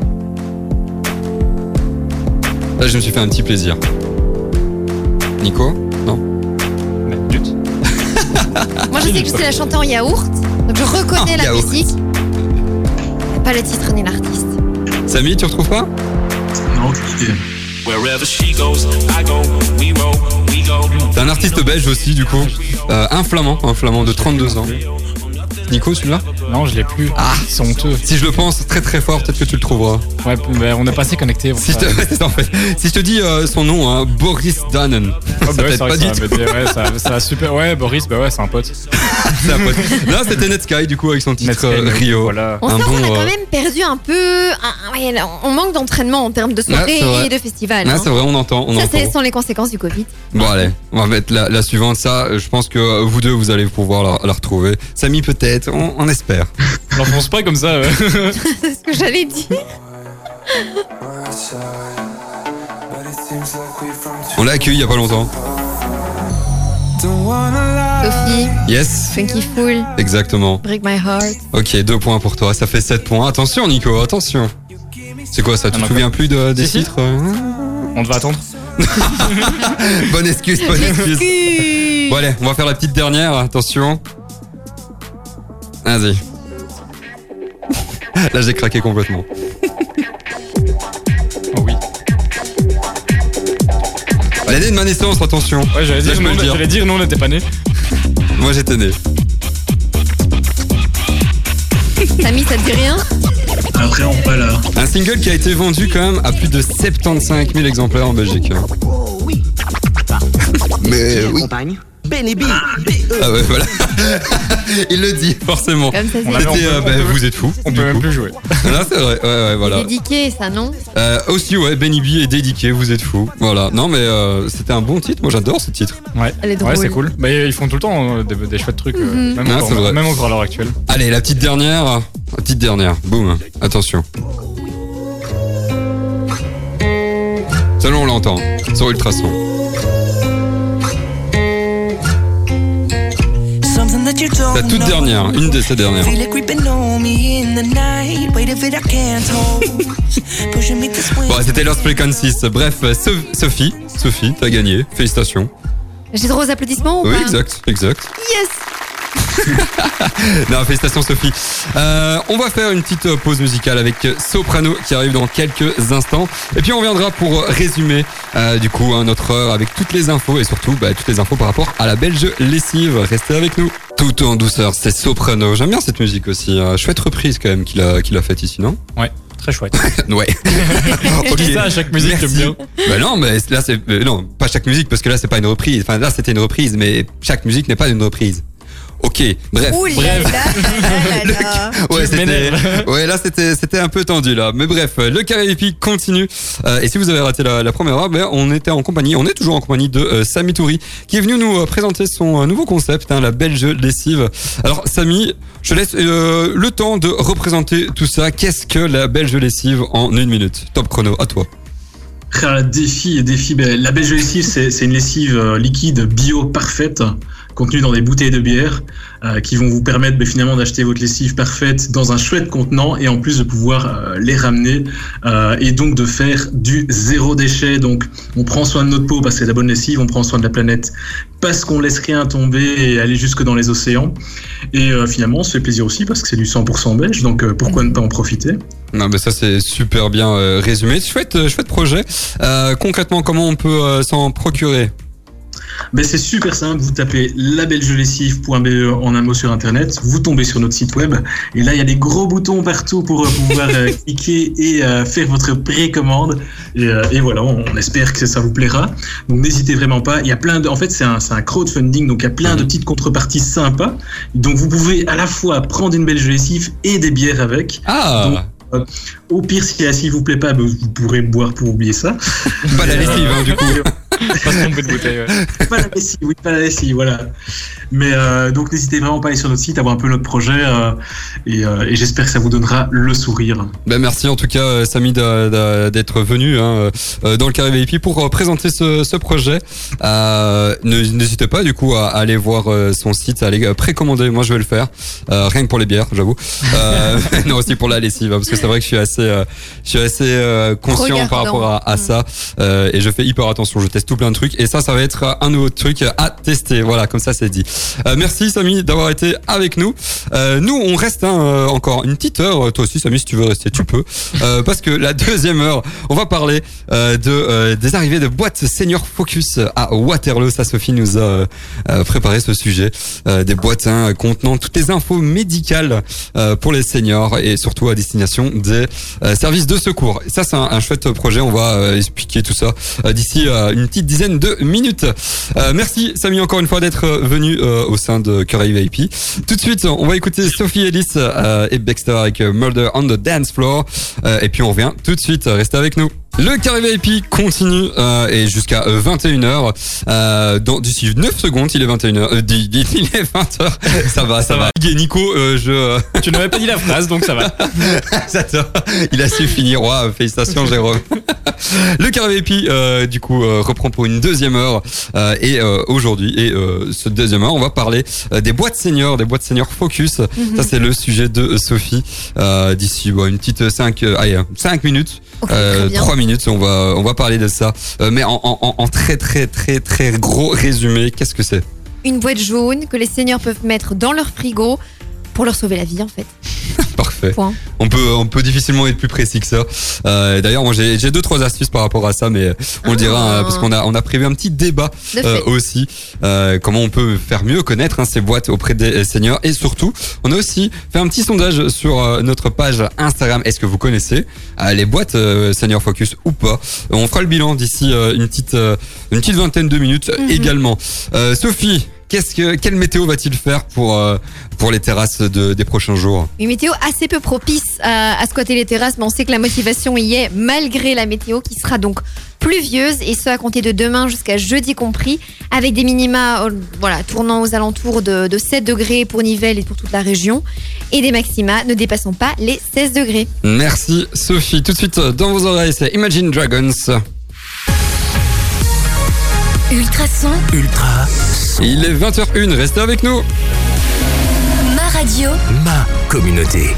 Là, je me suis fait un petit plaisir. Nico? Non? Mais, zut. Moi, je sais que je sais la chanter en yaourt. Donc, je reconnais Ah, la yaourt. musique. Mais pas le titre ni l'artiste. Samy, tu retrouves pas? Non, aucune idée. Wherever she goes, I go, we roll, we go. C'est un artiste belge aussi, du coup. Euh, un flamand, un flamand de trente-deux ans. Nico, celui-là? Non, je l'ai plus. Ah, ils sont honteux. Si je le pense très très fort, peut-être que tu le trouveras. Ouais, mais on est pas assez connectés. Si je te, c'est ça, en fait. Si je te dis euh, son nom, hein, Boris Dannen, Ah, ça bah ouais, t'aide c'est vrai pas que du ça tout. va m'aider, ouais, ça, ça va super. Ouais, Boris, bah ouais, c'est un pote. C'est un pote. Là, c'était Netsky, du coup, avec son titre Netsky, euh, mais Rio. voilà. On Un sent bon, qu'on a quand euh, même perdu un peu. un- ouais, là, on manque d'entraînement en termes de Ouais, soirée c'est vrai. et de festival. Là, hein. c'est vrai, on entend, on Ça, entend. ce sont les conséquences du Covid. Bon, allez, on va mettre la, la suivante. Ça, je pense que euh, vous deux, vous allez pouvoir la, la retrouver. Samy, peut-être, on, on espère. N'enfonce pas comme ça. euh. C'est ce que j'allais dire. On l'a accueilli il y a pas longtemps. Sophie, Yes, Funky Fool, exactement. Break My Heart. Ok, deux points pour toi. Ça fait sept points. Attention, Nico, attention. C'est quoi ça? Tu Ah, te souviens plus de, des Si, si. titres euh On devait attendre. Bonne excuse, bonne excuse. Bon, allez, on va faire la petite dernière. Attention. Vas-y. Là, j'ai craqué complètement. Oh oui. L'année de ma naissance, attention. Ouais, j'allais dire, Laisse-moi non, le dire. j'allais dire, non, on n'était pas nés. Moi, j'étais né. Samy, ça te dit rien? Après, on va là. Un single qui a été vendu quand même à plus de soixante-quinze mille exemplaires en Belgique. Mais oui. Benny B. Ah ouais, voilà. Il le dit, forcément. Comme ça, On c'est l'avait- C'était, euh, on bah, peut- vous êtes fous. On du peut même coup. plus jouer. Là, c'est vrai. Ouais, ouais, voilà. dédiqué, ça, non? Euh, aussi, ouais, Benny B est dédié, vous êtes fous. Voilà. Non, mais euh, c'était un bon titre. Moi, j'adore ce titre. Ouais, Elle est ouais, drôle. c'est cool. Bah, ils font tout le temps euh, des, des chouettes trucs, euh, Mhm. même, Ah, encore, c'est vrai. même encore à l'heure actuelle. Allez, la petite dernière. La petite dernière. Boum. Attention. Celle-là, on l'entend. Sur Ultrason. La toute dernière. Une de ces dernières. Bon, c'était Lost Frequencies. Bref, So- Sophie. Sophie, t'as gagné. Félicitations. J'ai droit aux applaudissements ou Oui, pas? exact. Exact. Yes! Non, félicitations Sophie. Euh, on va faire une petite pause musicale avec Soprano qui arrive dans quelques instants. Et puis on reviendra pour résumer euh, du coup hein, notre heure avec toutes les infos et surtout bah, toutes les infos par rapport à la Belge lessive. Restez avec nous. Tout en douceur, c'est Soprano. J'aime bien cette musique aussi. Euh, chouette reprise quand même qu'il a, qu'il a faite ici, non? Ouais, très chouette. Ouais. Je dis ça à chaque musique, Merci. j'aime bien. Bah non, mais là c'est euh, non, pas chaque musique parce que là c'est pas une reprise. Enfin là c'était une reprise, mais chaque musique n'est pas une reprise. Ok, bref. Ouh là Bref. là là là là. Ouais, Tu c'était, m'énerves. ouais, là c'était, c'était un peu tendu là. Mais bref, le carré épique continue. Euh, et si vous avez raté la, la première heure, ben on était en compagnie, on est toujours en compagnie de euh, Samy Toury, qui est venu nous euh, présenter son euh, nouveau concept, hein, la Belge lessive. Alors Samy, je te laisse euh, le temps de représenter tout ça. Qu'est-ce que la Belge lessive en une minute? Top chrono, à toi. Ah, défi et défi. Ben, la Belge lessive, c'est c'est une lessive euh, liquide bio parfaite contenues dans des bouteilles de bière euh, qui vont vous permettre bah, finalement d'acheter votre lessive parfaite dans un chouette contenant et en plus de pouvoir euh, les ramener euh, et donc de faire du zéro déchet. Donc on prend soin de notre peau parce que c'est de la bonne lessive, on prend soin de la planète parce qu'on laisse rien tomber et aller jusque dans les océans. Et euh, finalement on se fait plaisir aussi parce que c'est du cent pour cent belge, donc euh, pourquoi ne pas en profiter? Non, mais ça c'est super bien euh, résumé. Chouette, euh, chouette projet. Euh, concrètement, comment on peut euh, s'en procurer? Ben c'est super simple, vous tapez labelgelessive point b e en un mot sur internet, vous tombez sur notre site web et là il y a des gros boutons partout pour euh, pouvoir euh, cliquer et euh, faire votre précommande et, euh, et voilà, on, on espère que ça vous plaira. Donc n'hésitez vraiment pas, il y a plein de, en fait c'est un, c'est un crowdfunding, donc il y a plein de petites contreparties sympas, donc vous pouvez à la fois prendre une belge lessive et des bières avec. Ah donc, Euh, au pire, si la lessive vous plaît pas, bah, vous pourrez boire pour oublier ça. Pas la lessive, hein, du coup. Pas son bout de bouteille, ouais. Pas la lessive, oui, pas la lessive, voilà. Mais euh, donc n'hésitez vraiment pas à aller sur notre site, à voir un peu notre projet euh, et, euh, et j'espère que ça vous donnera le sourire. Ben merci en tout cas Samy de, de, d'être venu hein, dans le Carré V I P pour présenter ce, ce projet. Euh, n'hésitez pas du coup à, à aller voir son site, à aller précommander. Moi je vais le faire, euh, rien que pour les bières, j'avoue. Euh, non aussi pour la lessive, hein, parce que c'est vrai que je suis assez, euh, je suis assez euh, conscient Regardant. par rapport à, à ça euh, et je fais hyper attention. Je teste tout plein de trucs et ça, ça va être un nouveau truc à tester. Voilà, comme ça c'est dit. Euh, merci Samy d'avoir été avec nous. Euh, nous on reste hein, euh, encore une petite heure. Toi aussi Samy si tu veux rester tu peux. Euh, parce que la deuxième heure on va parler euh, de euh, des arrivées de boîtes Senior Focus à Waterloo. Ça Sophie nous a euh, préparé ce sujet. Euh, des boîtes hein, contenant toutes les infos médicales euh, pour les seniors et surtout à destination des euh, services de secours. Ça c'est un, un chouette projet. On va euh, expliquer tout ça euh, d'ici euh, une petite dizaine de minutes. Euh, merci Samy encore une fois d'être venu euh, au sein de Carré V I P. Tout de suite, on va écouter Sophie Ellis euh, et Baxter avec Murder on the Dance Floor. Euh, et puis on revient tout de suite. Restez avec nous. Le Carré V I P continue euh, et jusqu'à euh, vingt et une heures. Euh, dans, d'ici neuf secondes, il est vingt et une heures. Euh, il, il est vingt heures. Ça va, ça, ça va. va. Nico, euh, je... Euh... Tu n'avais pas dit la phrase, donc ça va. Il a su finir. Wow, félicitations Jérôme. Le Carré V I P, euh, du coup, euh, reprend pour une deuxième heure. Euh, et euh, aujourd'hui, et euh, cette deuxième heure, on va parler euh, des boîtes seniors, des boîtes seniors focus. Mm-hmm. Ça, c'est le sujet de Sophie. Euh, d'ici bon, une petite cinq, euh, allez, cinq minutes. Okay, euh, trois minutes, on va on va parler de ça, euh, mais en, en, en très très très très gros résumé, qu'est-ce que c'est? Une boîte jaune que les seniors peuvent mettre dans leur frigo pour leur sauver la vie en fait. Parfait. Point. On peut on peut difficilement être plus précis que ça. Euh, d'ailleurs, moi j'ai j'ai deux trois astuces par rapport à ça, mais on le dira hein, parce qu'on a on a prévu un petit débat euh, aussi. Euh, comment on peut faire mieux connaître hein, ces boîtes auprès des seniors et surtout, on a aussi fait un petit sondage sur euh, notre page Instagram. Est-ce que vous connaissez euh, les boîtes euh, Senior Focus ou pas? On fera le bilan d'ici euh, une petite euh, une petite vingtaine de minutes mm-hmm. également. Euh, Sophie. Qu'est-ce que, quelle météo va-t-il faire pour, euh, pour les terrasses de, des prochains jours? Une météo assez peu propice à, à squatter les terrasses, mais on sait que la motivation y est malgré la météo qui sera donc pluvieuse et ce à compter de demain jusqu'à jeudi compris, avec des minima euh, voilà, tournant aux alentours de, de sept degrés pour Nivelles et pour toute la région et des maxima ne dépassant pas les seize degrés. Merci Sophie. Tout de suite dans vos oreilles, c'est Imagine Dragons. Ultrason. Ultra. Il est vingt heures une, restez avec nous. Ma radio. Ma communauté.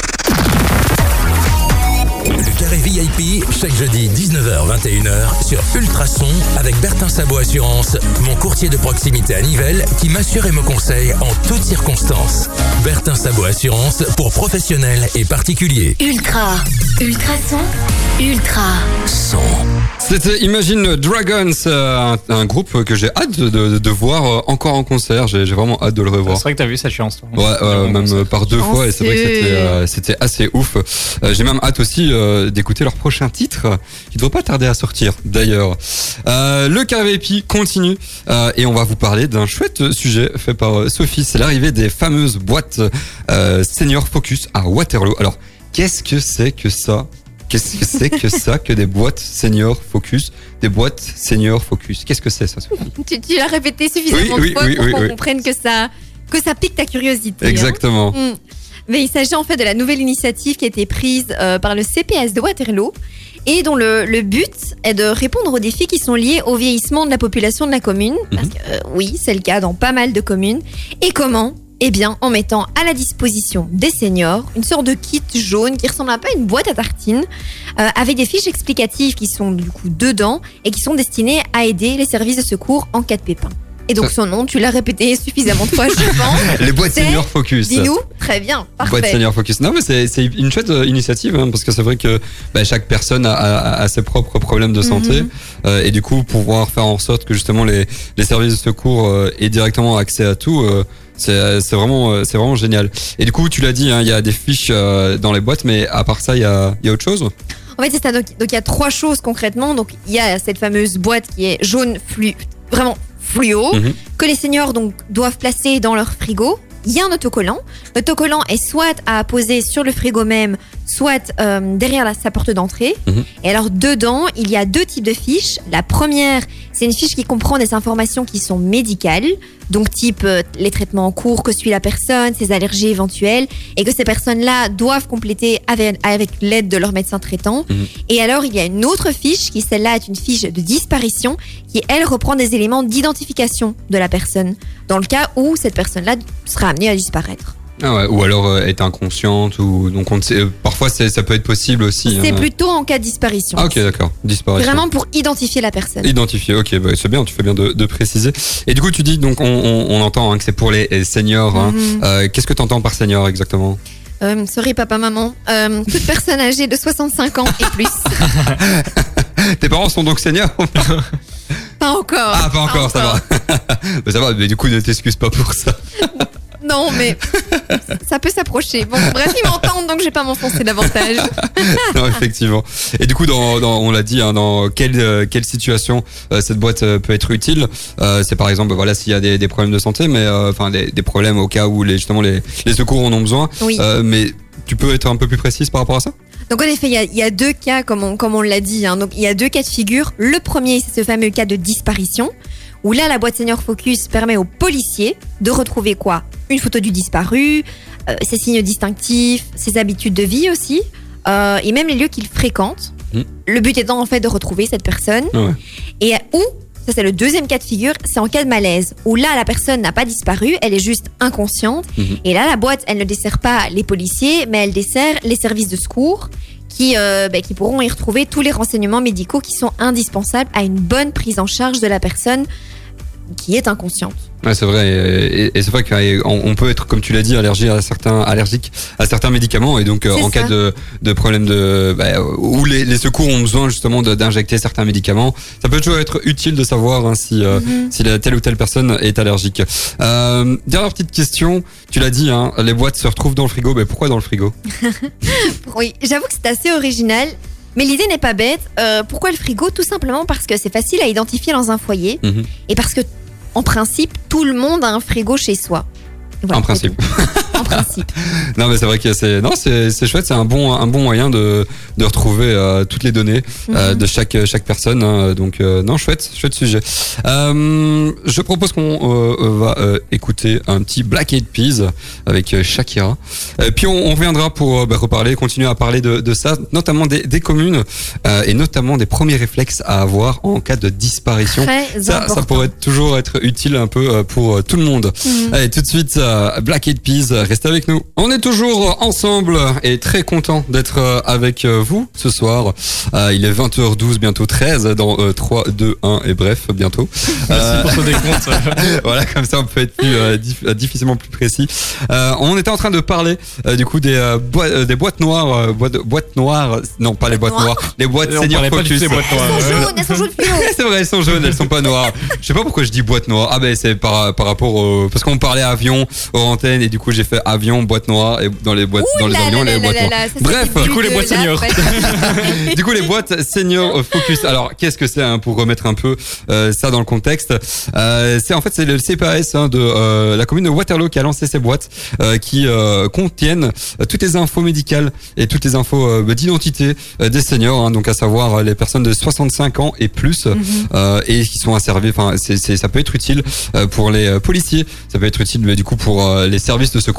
Le Carré V I P, chaque jeudi dix-neuf heures vingt et une heures sur Ultrason avec Bertin Sabot Assurance, mon courtier de proximité à Nivelles qui m'assure et me conseille en toutes circonstances. Bertin Sabot Assurance pour professionnels et particuliers. Ultra. Ultrason. Ultra. Son. C'était Imagine Dragons, un, un groupe que j'ai hâte de, de, de voir encore en concert. J'ai, j'ai vraiment hâte de le revoir. C'est vrai que t'as vu cette chance, toi. Ouais, euh, même concert. Par deux fois, et c'est vrai que c'était, euh, c'était assez ouf. Euh, j'ai même hâte aussi euh, d'écouter leur prochain titre, qui ne devrait pas tarder à sortir, d'ailleurs. Euh, le Carré V I P continue, euh, et on va vous parler d'un chouette sujet fait par Sophie. C'est l'arrivée des fameuses boîtes euh, Senior Focus à Waterloo. Alors, qu'est-ce que c'est que ça? Qu'est-ce que c'est que ça que des boîtes Senior Focus? Des boîtes Senior Focus. Qu'est-ce que c'est ça, Sophie? tu, tu l'as répété suffisamment oui, de fois oui, pour oui, qu'on oui. comprenne que ça, que ça pique ta curiosité. Exactement. Hein. Mm. Mais il s'agit en fait de la nouvelle initiative qui a été prise euh, par le C P S de Waterloo et dont le, le but est de répondre aux défis qui sont liés au vieillissement de la population de la commune. Parce que euh, oui, c'est le cas dans pas mal de communes. Et comment ? Eh bien, en mettant à la disposition des seniors une sorte de kit jaune qui ressemble un peu à une boîte à tartines, euh, avec des fiches explicatives qui sont du coup dedans et qui sont destinées à aider les services de secours en cas de pépin. Et donc son nom, tu l'as répété suffisamment de fois, je pense. Les boîtes C'est- senior focus. Dis-nous, très bien, Boîte parfait. senior focus. Non, mais c'est, c'est une chouette euh, initiative, hein, parce que c'est vrai que bah, chaque personne a, a, a ses propres problèmes de santé. Mhm. Euh, et du coup, pouvoir faire en sorte que justement les, les services de secours euh, aient directement accès à tout, euh, c'est, c'est, vraiment, euh, c'est vraiment génial. Et du coup, tu l'as dit, hein, il y a des fiches euh, dans les boîtes, mais à part ça, il y a, il y a autre chose. En fait, c'est ça. Donc, donc il y a trois choses concrètement. Donc, il y a cette fameuse boîte qui est jaune flu, vraiment fluo, Mhm. que les seniors donc doivent placer dans leur frigo. Il y a un autocollant. L'autocollant est soit à poser sur le frigo même, soit euh, derrière la, sa porte d'entrée. Mhm. Et alors dedans, il y a deux types de fiches. La première, c'est une fiche qui comprend des informations qui sont médicales, donc type euh, les traitements en cours que suit la personne, ses allergies éventuelles, et que ces personnes-là doivent compléter avec, avec l'aide de leur médecin traitant. Mhm. Et alors, il y a une autre fiche qui, celle-là, est une fiche de disparition qui, elle, reprend des éléments d'identification de la personne, dans le cas où cette personne-là sera amenée à disparaître. Ah ouais, ou alors euh, être inconsciente, ou donc on ne sait, euh, parfois c'est, ça peut être possible aussi. C'est hein. plutôt en cas de disparition. Ah ok, d'accord, disparition. Vraiment pour identifier la personne. Identifié, ok, bah, c'est bien, tu fais bien de, de préciser. Et du coup, tu dis, donc on, on, on entend hein, que c'est pour les, les seniors. Hein. Mhm. Euh, qu'est-ce que tu entends par senior exactement? Euh, sorry papa, maman. Euh, toute personne âgée de soixante-cinq ans et plus. Tes parents sont donc seniors? Pas encore. Ah, pas encore, ça va. Bah, ça va, mais du coup, ne t'excuse pas pour ça. Non, mais ça peut s'approcher. Bon, bref, ils m'entendent, donc je vais pas m'enfoncer davantage. Non, effectivement. Et du coup, dans, dans, on l'a dit, hein, dans quelle, euh, quelle situation euh, cette boîte euh, peut être utile. Euh, c'est par exemple, voilà, s'il y a des, des problèmes de santé, mais euh, enfin des, des problèmes au cas où les, justement les, les secours en ont besoin. Oui. Euh, mais tu peux être un peu plus précise par rapport à ça? Donc en effet, il y a, il y a deux cas, comme on, comme on l'a dit. Hein. Donc il y a deux cas de figure. Le premier, c'est ce fameux cas de disparition, où là, la boîte Senior Focus permet aux policiers de retrouver quoi? Une photo du disparu, euh, ses signes distinctifs, ses habitudes de vie aussi, euh, et même les lieux qu'il fréquente. Mmh. Le but étant en fait de retrouver cette personne. Ah ouais. Et où, ça c'est le deuxième cas de figure, c'est en cas de malaise, où là la personne n'a pas disparu, elle est juste inconsciente. Mhm. Et là la boîte, elle ne dessert pas les policiers, mais elle dessert les services de secours qui, euh, bah, qui pourront y retrouver tous les renseignements médicaux qui sont indispensables à une bonne prise en charge de la personne qui est inconsciente. Ouais, c'est vrai, et, et- et c'est vrai qu'on on peut être, comme tu l'as dit, allergique à certains, allergique à certains médicaments, et donc euh, C'est en cas ça. de, de problème de, bah, où les, les secours ont besoin justement de- d'injecter certains médicaments, ça peut toujours être utile de savoir hein, si, euh, Mhm. si la, telle ou telle personne est allergique. Euh, dernière petite question, tu l'as dit, hein, les boîtes se retrouvent dans le frigo, mais pourquoi dans le frigo? Oui, j'avoue que c'est assez original. Mais l'idée n'est pas bête. Euh, pourquoi le frigo? Tout simplement parce que c'est facile à identifier dans un foyer Mhm. et parce que, en principe, tout le monde a un frigo chez soi. Voilà, En principe. c'est tout. En principe. Non mais c'est vrai que c'est non c'est c'est chouette, c'est un bon un bon moyen de de retrouver euh, toutes les données euh, Mhm. de chaque chaque personne hein. Donc euh, non chouette chouette sujet. Euh, je propose qu'on euh, euh, va euh, écouter un petit Black Eyed Peas avec euh, Shakira. Et puis on, on reviendra pour euh, bah, reparler, continuer à parler de de ça, notamment des des communes euh, et notamment des premiers réflexes à avoir en cas de disparition. Très Ça, important. ça pourrait toujours être utile un peu euh, pour euh, tout le monde. Mhm. Allez, tout de suite, euh, Black Eyed Peas, restez avec nous. On est toujours ensemble et très content d'être euh, avec euh, vous ce soir. Euh, il est vingt heures douze, bientôt treize, dans euh, trois, deux, un et bref, bientôt. Merci pour ce décompte. Voilà, comme ça on peut être plus euh, dif- euh, difficilement plus précis. Euh, on était en train de parler euh, du coup des, euh, boi- euh, des boîtes noires, euh, boîtes, boîtes noires, non pas les boîtes Noires. noires, les boîtes Et on Senior parlait pas du Focus. tout des boîtes noires. Elles sont Ouais. jaunes, elles sont jaunes fluo. C'est vrai, elles sont jaunes, elles sont pas noires. Je sais pas pourquoi je dis boîte noire. Ah ben c'est par par rapport au parce qu'on parlait avion aux antennes et du coup j'ai fait avion boîte noire et dans les boîtes dans les Ouh là avions là les là boîtes là noires. là, ça, c'est Bref, le du coup, les but boîtes de la seniors. fête. Du coup les boîtes senior focus. Alors qu'est-ce que c'est hein, pour remettre un peu euh, ça dans le contexte euh, c'est en fait c'est le C P A S hein, de euh, la commune de Waterloo qui a lancé ces boîtes euh, qui euh, contiennent euh, toutes les infos médicales et toutes les infos euh, d'identité euh, des seniors hein, donc à savoir euh, les personnes de soixante-cinq ans et plus Mhm. euh, et qui sont asservis. Enfin c'est c'est ça peut être utile euh, pour les euh, policiers, ça peut être utile mais du coup pour euh, les services de secours.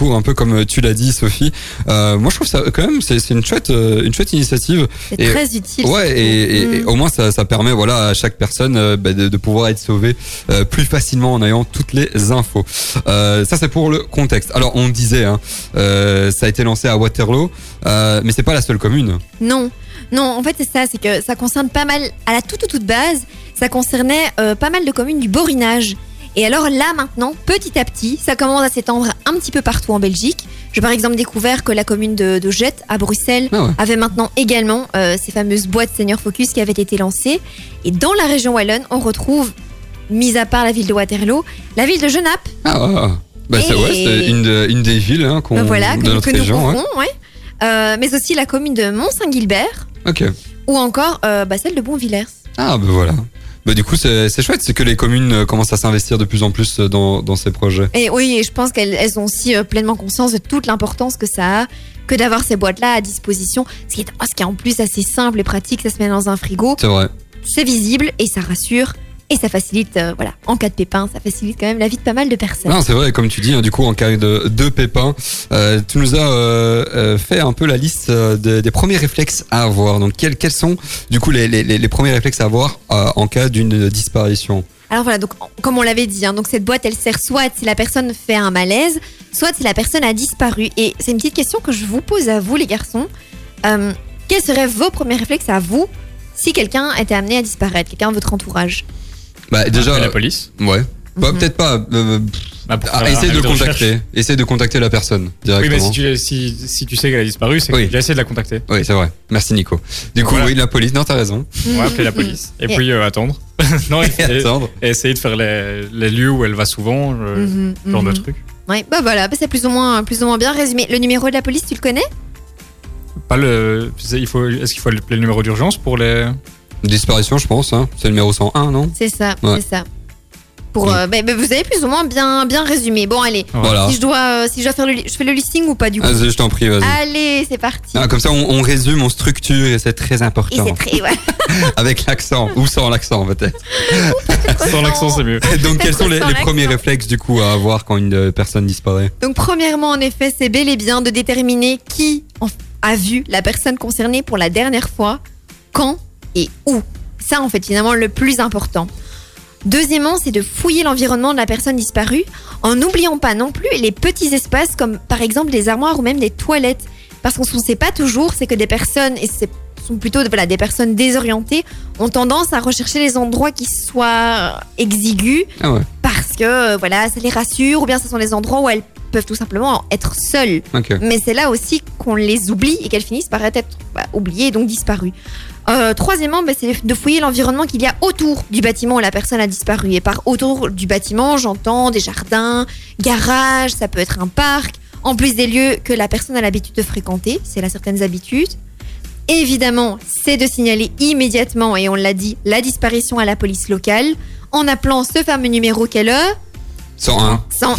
parcours, un peu comme tu l'as dit, Sophie. Euh, moi, je trouve ça quand même, c'est, c'est une chouette, euh, une chouette initiative. C'est et, très utile. Ouais, et, et, Mm. et au moins ça, ça permet, voilà, à chaque personne euh, bah, de, de pouvoir être sauvée euh, plus facilement en ayant toutes les infos. Euh, ça, c'est pour le contexte. Alors, on disait, hein, euh, ça a été lancé à Waterloo, euh, mais c'est pas la seule commune. Non, non, en fait c'est ça, c'est que ça concerne pas mal, à la toute toute, toute base, ça concernait euh, pas mal de communes du Borinage. Et alors là maintenant, petit à petit, ça commence à s'étendre un petit peu partout en Belgique. J'ai par exemple découvert que la commune de, de Jette à Bruxelles Ah ouais. avait maintenant également euh, ces fameuses boîtes Senior Focus qui avaient été lancées. Et dans la région wallonne, on retrouve, mis à part la ville de Waterloo, la ville de Genappe. Ah, ouais. Bah, c'est, Et- ouais, c'est une, de- une des villes hein, qu'on, Voilà, de que, notre que nous région. Ouais. couvrons, ouais. Euh, mais aussi la commune de Mont-Saint-Guilbert Ok. ou encore euh, bah, celle de Bonvillers. Ah, bah voilà. Bah, du coup, c'est, c'est chouette, c'est que les communes euh, commencent à s'investir de plus en plus euh, dans, dans ces projets. Et oui, et je pense qu'elles elles ont aussi euh, pleinement conscience de toute l'importance que ça a que d'avoir ces boîtes-là à disposition. Ce qui est, ce qui est en plus assez simple et pratique, ça se met dans un frigo, C'est vrai. c'est visible et ça rassure. Et ça facilite, euh, voilà, en cas de pépin, ça facilite quand même la vie de pas mal de personnes. Non, c'est vrai, comme tu dis, hein, du coup, en cas de, de pépin, euh, tu nous as euh, euh, fait un peu la liste euh, de- des premiers réflexes à avoir. Donc, quels, quels sont, du coup, les, les, les premiers réflexes à avoir euh, en cas d'une disparition? Alors voilà, donc en- comme on l'avait dit, hein, donc cette boîte, elle sert soit si la personne fait un malaise, soit si la personne a disparu. Et c'est une petite question que je vous pose à vous, les garçons. Euh, quels seraient vos premiers réflexes à vous si quelqu'un était amené à disparaître, quelqu'un de votre entourage? Bah, déjà. Appeler la police. Ouais. Bah, Mhm. peut-être pas. Euh, Bah, pour ah, faire un essaye de avis le contacter. recherche. Essaye de contacter la personne Oui, directement. mais si tu, si, si tu sais qu'elle a disparu, c'est que Oui. tu as essayé de la contacter. Oui, c'est vrai. Merci, Nico. Du coup, Voilà. oui, la police. Non, t'as raison. On va appeler la police. Et Et- puis euh, attendre. non, et, Et attendre. et essayer de faire les, les lieux où elle va souvent, euh, Mhm, ce genre de mhm. truc. Ouais, bah voilà, bah c'est plus ou moins, plus ou moins bien résumé. Le numéro de la police, tu le connais? Pas le. tu sais, il faut, est-ce qu'il faut appeler le numéro d'urgence pour les. Disparition, je pense. Hein. C'est le numéro cent un, non? C'est ça, Ouais. c'est ça. Pour, euh, bah, bah, vous avez plus ou moins bien, bien résumé. Bon, allez, Voilà. si je dois, euh, si je dois faire le, li- je fais le listing ou pas du coup? Vas-y, je t'en prie, vas-y. Allez, c'est parti. Ah, comme ça, on, on résume, on structure et c'est très Et important. c'est très, ouais. Avec l'accent ou sans l'accent peut-être. Sans l'accent, c'est mieux. Donc quels sont les, Sans les l'accent. premiers réflexes du coup à avoir quand une euh, personne disparaît? Donc premièrement, en effet, c'est bel et bien de déterminer qui en- a vu la personne concernée pour la dernière fois, quand et où. Ça, en fait, finalement, le plus important. Deuxièmement, c'est de fouiller l'environnement de la personne disparue, en n'oubliant pas non plus les petits espaces comme par exemple des armoires ou même des toilettes. Parce qu'on ne sait pas toujours, c'est que des personnes, et ce sont plutôt voilà, des personnes désorientées, ont tendance à rechercher les endroits qui soient exigus, Ah ouais, parce que euh, voilà, ça les rassure, ou bien ce sont les endroits où elles peuvent tout simplement être seules. ok. Mais c'est là aussi qu'on les oublie et qu'elles finissent par être bah, oubliées et donc disparues. Euh, troisièmement, bah, c'est de fouiller l'environnement qu'il y a autour du bâtiment où la personne a disparu. Et par autour du bâtiment, j'entends des jardins, garages, ça peut être un parc, en plus des lieux que la personne a l'habitude de fréquenter, si elle a certaines habitudes. Et évidemment, c'est de signaler immédiatement, et on l'a dit, la disparition à la police locale, en appelant ce fameux numéro qu'elle a, cent un. cent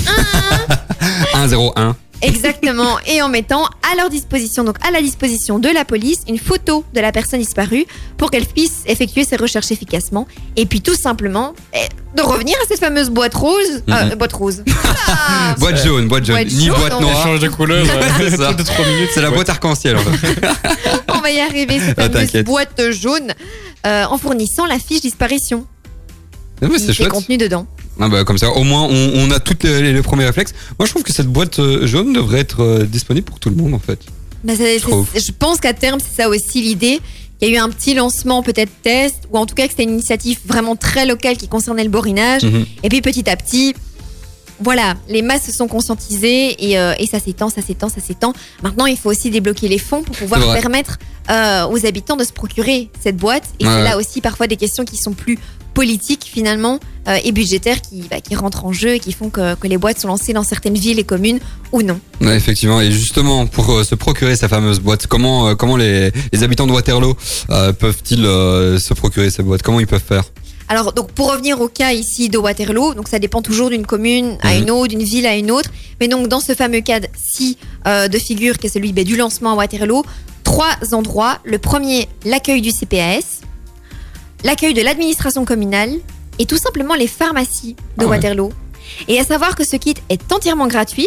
un, un zéro un. exactement, et en mettant à leur disposition, donc à la disposition de la police, une photo de la personne disparue pour qu'elle puisse effectuer ses recherches efficacement. Et puis tout simplement, eh, de revenir à cette fameuse boîte rose, euh, Mhm. boîte rose. Ah, Boîte jaune, boîte jaune, Boîte ni jaune, boîte on- Elle noire. change de couleur. C'est ça. toutes les trois minutes. C'est la boîte arc-en-ciel en fait. on va y arriver, cette Ah, fameuse t'inquiète. boîte jaune, euh, en fournissant la fiche disparition Ah, mais qui c'est est chouette. contenue dedans. Ah bah, comme ça, au moins on, on a tous les, les premiers réflexes. Moi je trouve que cette boîte euh, jaune devrait être euh, disponible pour tout le monde en fait. Bah, c'est- Je trouve. c'est- je pense qu'à terme, c'est ça aussi l'idée. Il y a eu un petit lancement, peut-être test, ou en tout cas que c'était une initiative vraiment très locale qui concernait le borinage. Mhm. Et puis petit à petit, voilà, les masses se sont conscientisées et, euh, et ça s'étend, ça s'étend, ça s'étend. Maintenant, il faut aussi débloquer les fonds pour pouvoir C'est vrai. permettre euh, aux habitants de se procurer cette boîte. Et Ouais, c'est ouais. là aussi parfois des questions qui sont plus politiques finalement euh, et budgétaires qui, bah, qui rentrent en jeu et qui font que, que les boîtes sont lancées dans certaines villes et communes ou non. Ouais, effectivement, et justement pour euh, se procurer sa fameuse boîte, comment euh, comment les, les habitants de Waterloo euh, peuvent-ils euh, se procurer ces boîtes? Comment ils peuvent faire? Alors, donc, pour revenir au cas ici de Waterloo, donc ça dépend toujours d'une commune à Mhm. une autre, d'une ville à une autre. Mais donc, dans ce fameux cas-ci euh, de figure, qui est celui ben, du lancement à Waterloo, trois endroits. Le premier, l'accueil du C P A S, l'accueil de l'administration communale et tout simplement les pharmacies de Ah ouais. Waterloo. Et à savoir que ce kit est entièrement gratuit.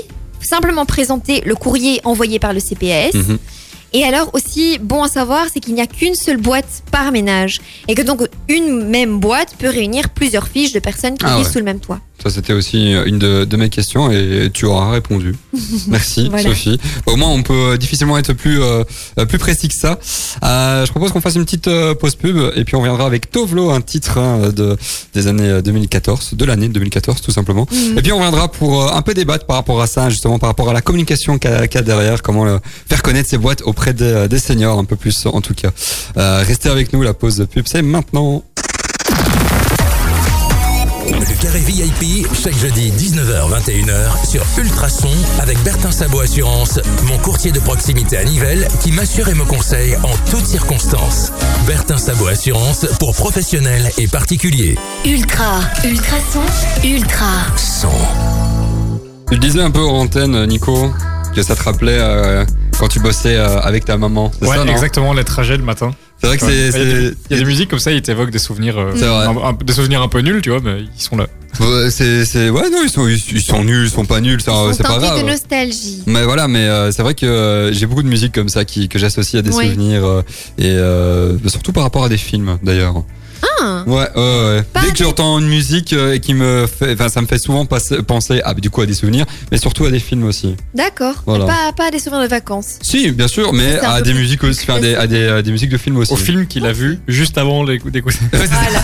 simplement présenter le courrier envoyé par le C P A S. Mhm. Et alors aussi, bon à savoir, c'est qu'il n'y a qu'une seule boîte par ménage. Et que donc, une même boîte peut réunir plusieurs fiches de personnes qui Ah vivent ouais. sous le même toit. Ça, c'était aussi une de, de mes questions et tu auras répondu. Merci, Voilà. Sophie. Au moins, on peut difficilement être plus, euh, plus précis que ça. Euh, je propose qu'on fasse une petite euh, pause pub et puis on reviendra avec Tovlo, un titre hein, de, des années deux mille quatorze, de l'année deux mille quatorze tout simplement. Mhm. Et puis on reviendra pour euh, un peu débattre par rapport à ça, justement par rapport à la communication qu'il y a, qu'il y a derrière, comment euh, faire connaître ces boîtes auprès des, des seniors, un peu plus en tout cas. Euh, restez avec nous, la pause de pub, c'est maintenant. Le Carré V I P, chaque jeudi dix-neuf heures vingt et une heures sur Ultrason avec Bertin Sabot Assurance, mon courtier de proximité à Nivelles qui m'assure et me conseille en toutes circonstances. Bertin Sabot Assurance pour professionnels et particuliers. Ultra, ultrason, ultra. Son. Tu disais un peu en antenne, Nico, que ça te rappelait euh, quand tu bossais euh, avec ta maman. C'est Ouais, ça, non? exactement, les trajets le matin. C'est vrai que Ouais. c'est, Il y a des- c'est, il y a des musiques comme ça, ils t'évoquent des souvenirs, euh, C'est vrai. un- un- des souvenirs un peu nuls, tu vois, mais ils sont là. Ouais, c'est, c'est, ouais, non, ils sont, ils, ils sont nuls, ils sont pas nuls, ça, Ils sont c'est pas teintés grave. de nostalgie. Mais voilà, mais euh, c'est vrai que euh, j'ai beaucoup de musique comme ça qui, que j'associe à des Oui. souvenirs euh, et euh, surtout par rapport à des films d'ailleurs. Ah, Ouais, ouais, ouais. Pas Dès que des- j'entends une musique euh, et qui me fait, enfin, ça me fait souvent passer, penser à du coup à des souvenirs, mais surtout à des films aussi. d'accord. Voilà. Pas, pas des souvenirs de vacances. Si, bien sûr, mais C'est un à peu des plus musiques aussi, enfin, des, à des, à des musiques de films aussi. Au film qu'il a vu juste avant l'écou- d'écouter. Voilà.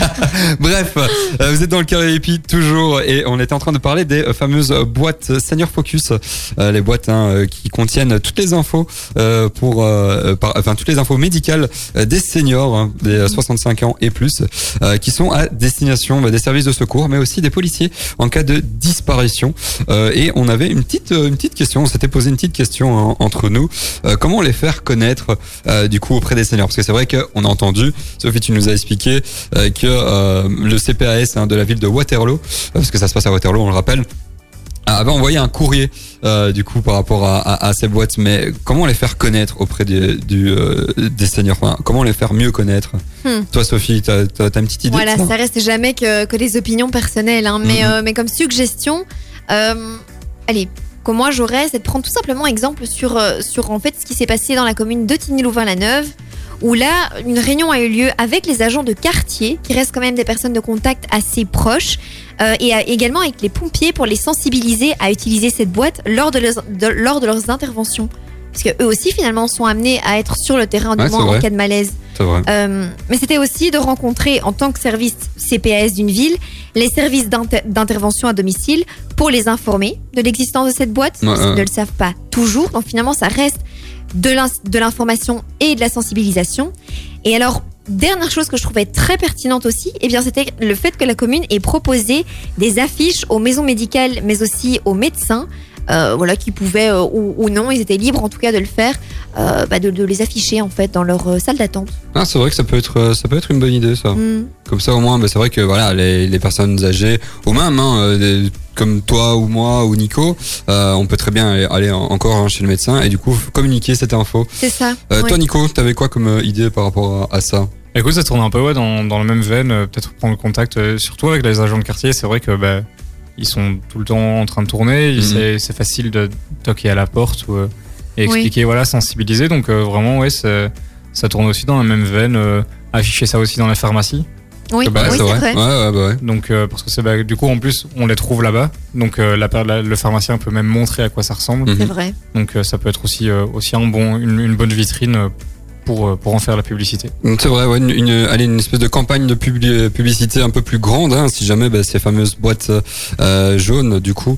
Bref, euh, vous êtes dans le Carré Hippie toujours et on était en train de parler des euh, fameuses boîtes Senior Focus, euh, les boîtes hein, euh, qui contiennent toutes les infos euh, pour, euh, par, enfin toutes les infos médicales euh, des seniors, hein, des euh, soixante-cinq ans et plus, euh, qui sont à destination bah, des services de secours, mais aussi des policiers en cas de disparition. Euh, et on avait une petite, une petite question, on s'était posé une petite question hein, entre nous, euh, comment les faire connaître euh, du coup auprès des seniors, parce que c'est vrai qu'on a entendu, Sophie, tu nous as expliqué euh, que euh, le C P A S hein, de la ville de Waterloo, euh, parce que ça se passe à Waterloo, on le rappelle, avait envoyé un courrier euh, du coup par rapport à, à, à ces boîtes. Mais comment les faire connaître auprès des, du, euh, des seniors, enfin, comment les faire mieux connaître? Hmm. Toi, Sophie, t'as, t'as, t'as une petite idée Voilà, de ça, ça reste jamais que, que des opinions personnelles. Hein, mais, Mhm. euh, mais comme suggestion, euh, allez, que moi j'aurais, c'est de prendre tout simplement exemple sur, euh, sur en fait, ce qui s'est passé dans la commune de Tigny-Louvain-la-Neuve, où là, une réunion a eu lieu avec les agents de quartier, qui restent quand même des personnes de contact assez proches, euh, et à- également avec les pompiers pour les sensibiliser à utiliser cette boîte lors de leurs, de- lors de leurs interventions. Parce que eux aussi, finalement, sont amenés à être sur le terrain du Ouais, moins c'est en vrai. cas de malaise. c'est vrai. Euh, mais c'était aussi de rencontrer en tant que service C P A S d'une ville les services d'inter- d'intervention à domicile pour les informer de l'existence de cette boîte. Ouais, parce qu'ils ouais. ne le savent pas toujours. Donc finalement, ça reste de l'in- de l'information et de la sensibilisation. Et alors, dernière chose que je trouvais très pertinente aussi, eh bien, c'était le fait que la commune ait proposé des affiches aux maisons médicales, mais aussi aux médecins. Euh, voilà, qui pouvaient euh, ou, ou non, ils étaient libres en tout cas de le faire, euh, bah, de, de les afficher en fait dans leur euh, salle d'attente. Ah, c'est vrai que ça peut être, euh, ça peut être une bonne idée, ça. Mm. Comme ça, au moins, bah, c'est vrai que voilà, les, les personnes âgées, ou même, hein, euh, des- comme toi ou moi ou Nico, euh, on peut très bien aller, aller en- encore hein, chez le médecin et du coup communiquer cette info. C'est ça. Euh, ouais. Toi, Nico, t'avais quoi comme euh, idée par rapport à, à ça? Écoute, ça tourne un peu ouais, dans, dans la même veine, euh, peut-être prendre contact, euh, surtout avec les agents de quartier. C'est vrai que bah, ils sont tout le temps en train de tourner, Mhm. c'est, c'est facile de toquer à la porte ou, euh, et Oui. expliquer, voilà, sensibiliser. Donc euh, vraiment, ouais, c'est- ça tourne aussi dans la même veine. euh, afficher ça aussi dans la pharmacie. Oui, Bah, oui, c'est vrai. Ouais, ouais, bah ouais. Donc euh, parce que c'est bah, du coup en plus on les trouve là-bas. Donc euh, la, la- le pharmacien peut même montrer à quoi ça ressemble. Mhm. C'est vrai. Donc euh, ça peut être aussi euh, aussi un bon une, une bonne vitrine euh, pour euh, pour en faire la publicité. C'est vrai, ouais, une, une, allez, une espèce de campagne de publi- publicité un peu plus grande, hein, si jamais bah, ces fameuses boîtes euh, jaunes, du coup,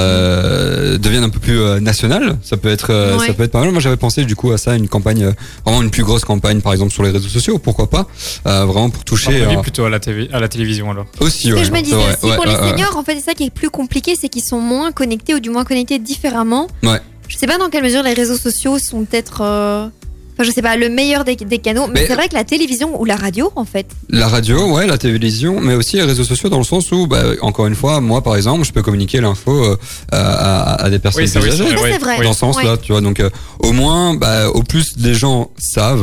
euh, deviennent un peu plus euh, nationales. Ça peut être, euh, Ouais. ça peut être pas mal. Moi, j'avais pensé du coup à ça, une campagne, euh, vraiment une plus grosse campagne, par exemple sur les réseaux sociaux, pourquoi pas, euh, vraiment pour À toucher. mon avis, euh, plutôt à la, T V, à la télévision alors. aussi, Ce ouais. que je me c'est disais vrai, aussi ouais, pour ouais, les ouais. seniors, en fait, c'est ça qui est plus compliqué, c'est qu'ils sont moins connectés ou du moins connectés différemment. Ouais. Je sais pas dans quelle mesure les réseaux sociaux sont peut-être, euh, enfin, je sais pas, le meilleur des, des canaux, mais, Mais- c'est vrai que la télévision ou la radio, en fait. La radio, ouais, la télévision, mais aussi les réseaux sociaux dans le sens où, bah, encore une fois, moi par exemple, je peux communiquer l'info euh, à, à des personnes Oui, c'est plus vrai, âgées. Ça, c'est vrai. Dans ce sens-là, Ouais. tu vois. Donc, euh, au moins, bah, au plus les gens savent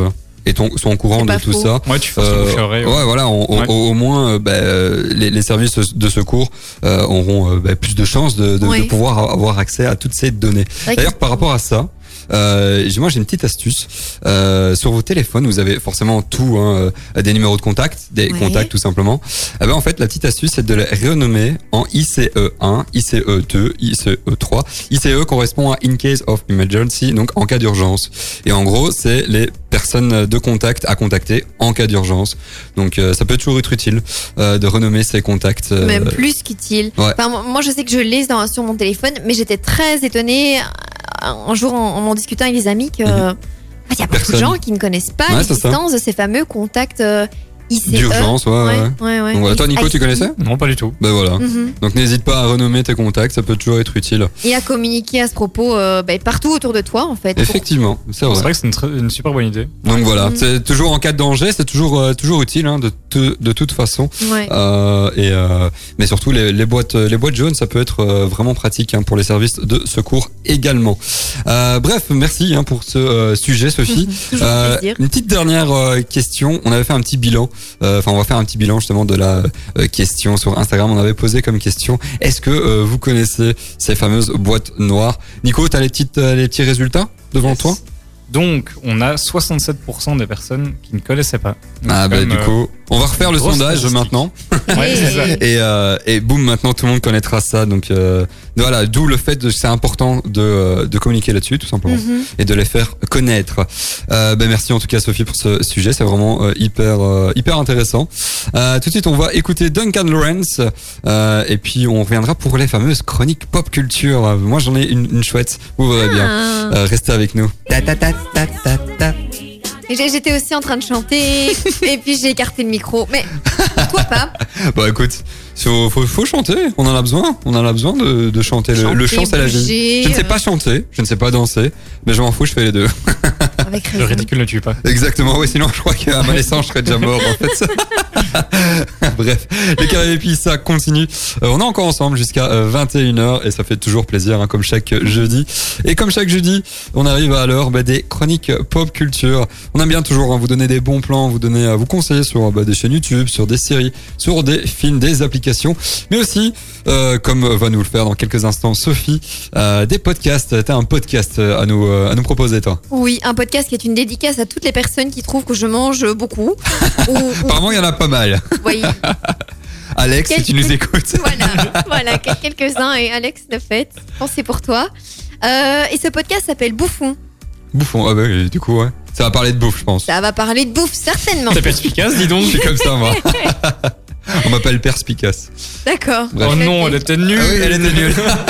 et ton, sont au courant C'est de pas tout faux. ça. Ouais, tu forces le bouche à oreille, ouais, ouais. voilà, on- on- Ouais. au, au moins, euh, bah, euh, les, les services de secours euh, auront euh, bah, plus de chances de, de, Oui. de pouvoir avoir accès à toutes ces données. vrai D'ailleurs, que- par rapport à ça, euh, j'ai- moi j'ai une petite astuce. Euh, sur vos téléphones, vous avez forcément tout, hein, euh, des numéros de contact, des Ouais. contacts tout simplement. Eh ben, en fait, la petite astuce, c'est de les renommer en I C E un, I C E deux, I C E trois. I C E correspond à In Case of Emergency, donc en cas d'urgence. Et en gros, c'est les personnes de contact à contacter en cas d'urgence. Donc euh, ça peut toujours être utile euh, de renommer ces contacts. euh, Même plus qu'utile. Ouais. Enfin, moi- moi, je sais que je l'ai dans, sur mon téléphone, mais j'étais très étonnée euh, un jour en, en discutant avec des amis que Mhm. il y a beaucoup de Personne. gens qui ne connaissent pas Ouais, c'est ça. l'existence de ces fameux contacts euh, I C E. D'urgence, ouais, ouais. ouais, ouais, ouais. Donc voilà. Toi, Nico, tu I C E. connaissais? Non, pas du tout. Ben voilà. Mhm. Donc n'hésite pas à renommer tes contacts, ça peut toujours être utile. Et à communiquer à ce propos euh, bah, partout autour de toi, en fait. pour- Effectivement, c'est C'est vrai. vrai que c'est une, très- une super bonne idée. Donc voilà, Mhm. c'est toujours en cas de danger, c'est toujours euh, toujours utile hein, de te- de toute façon. Ouais. Euh, et euh, mais surtout les, les boîtes les boîtes jaunes, ça peut être euh, vraiment pratique hein, pour les services de secours également. Euh, bref, merci hein, pour ce euh, sujet, Sophie. Toujours un plaisir. Une petite dernière euh, question. On avait fait un petit bilan. euh, Enfin, on va faire un petit bilan justement de la euh, question sur Instagram. On avait posé comme question: est-ce que euh, vous connaissez ces fameuses boîtes noires? Nico, t'as les petites euh, les petits résultats devant Yes. toi? Donc, on a soixante-sept pour cent des personnes qui ne connaissaient pas. Donc, Ah c'est bah quand du même, coup, on va refaire le grosse sondage statistique. maintenant. euh, ouais, c'est ça. Et, euh, et boum, maintenant tout le monde connaîtra ça. Donc euh, voilà, d'où le fait que c'est important de, euh, de communiquer là-dessus, tout simplement, Mhm. et de les faire connaître. Euh, ben merci en tout cas Sophie pour ce sujet, c'est vraiment euh, hyper euh, hyper intéressant. Euh, tout de suite, on va écouter Duncan Lawrence, euh, et puis on reviendra pour les fameuses chroniques pop culture. Euh, Moi, j'en ai une, une chouette. Vous verrez bien. Ah. Euh, restez avec nous. Ta, ta, ta, ta, ta, ta. Et j'ai- J'étais aussi en train de chanter, et puis j'ai écarté le micro. Mais pourquoi pas? Bah écoute, faut, faut, faut chanter. On en a besoin. On en a besoin de, de chanter. Le, le Chanter, chant, c'est la vie. bouger, Je ne sais euh. pas chanter, je ne sais pas danser, mais je m'en fous, je fais les deux. Avec Le raison. ridicule ne tue pas. Exactement, oui, sinon je crois qu'à ma naissance, je serais déjà mort, en fait. Bref, les Carrés ça continue. Euh, on est encore ensemble jusqu'à euh, vingt et une heures et ça fait toujours plaisir, hein, comme chaque jeudi. Et comme chaque jeudi, on arrive à l'heure bah, des chroniques pop culture. On aime bien toujours hein, vous donner des bons plans, vous donner, euh, vous conseiller sur bah, des chaînes YouTube, sur des séries, sur des films, des applications, mais aussi, euh, comme va nous le faire dans quelques instants Sophie, euh, des podcasts. T'as un podcast euh, à nous, euh, à nous proposer, toi. Oui, un podcast qui est une dédicace à toutes les personnes qui trouvent que je mange beaucoup. ou, ou- Apparemment, il y en a pas mal. oui, Alex, si Quel- tu nous écoutes. voilà, voilà, quel- quelques-uns. Et Alex, de fait, pensez pour toi. Euh, et ce podcast s'appelle Bouffon. Bouffon, ah bah oui, du coup, ouais. Ça va parler de bouffe, je pense. Ça va parler de bouffe, certainement. T'es perspicace, dis Je donc. suis comme ça, moi. On m'appelle Perspicace. D'accord. Bref. Oh non, elle était nulle. Ah oui, elle était nulle.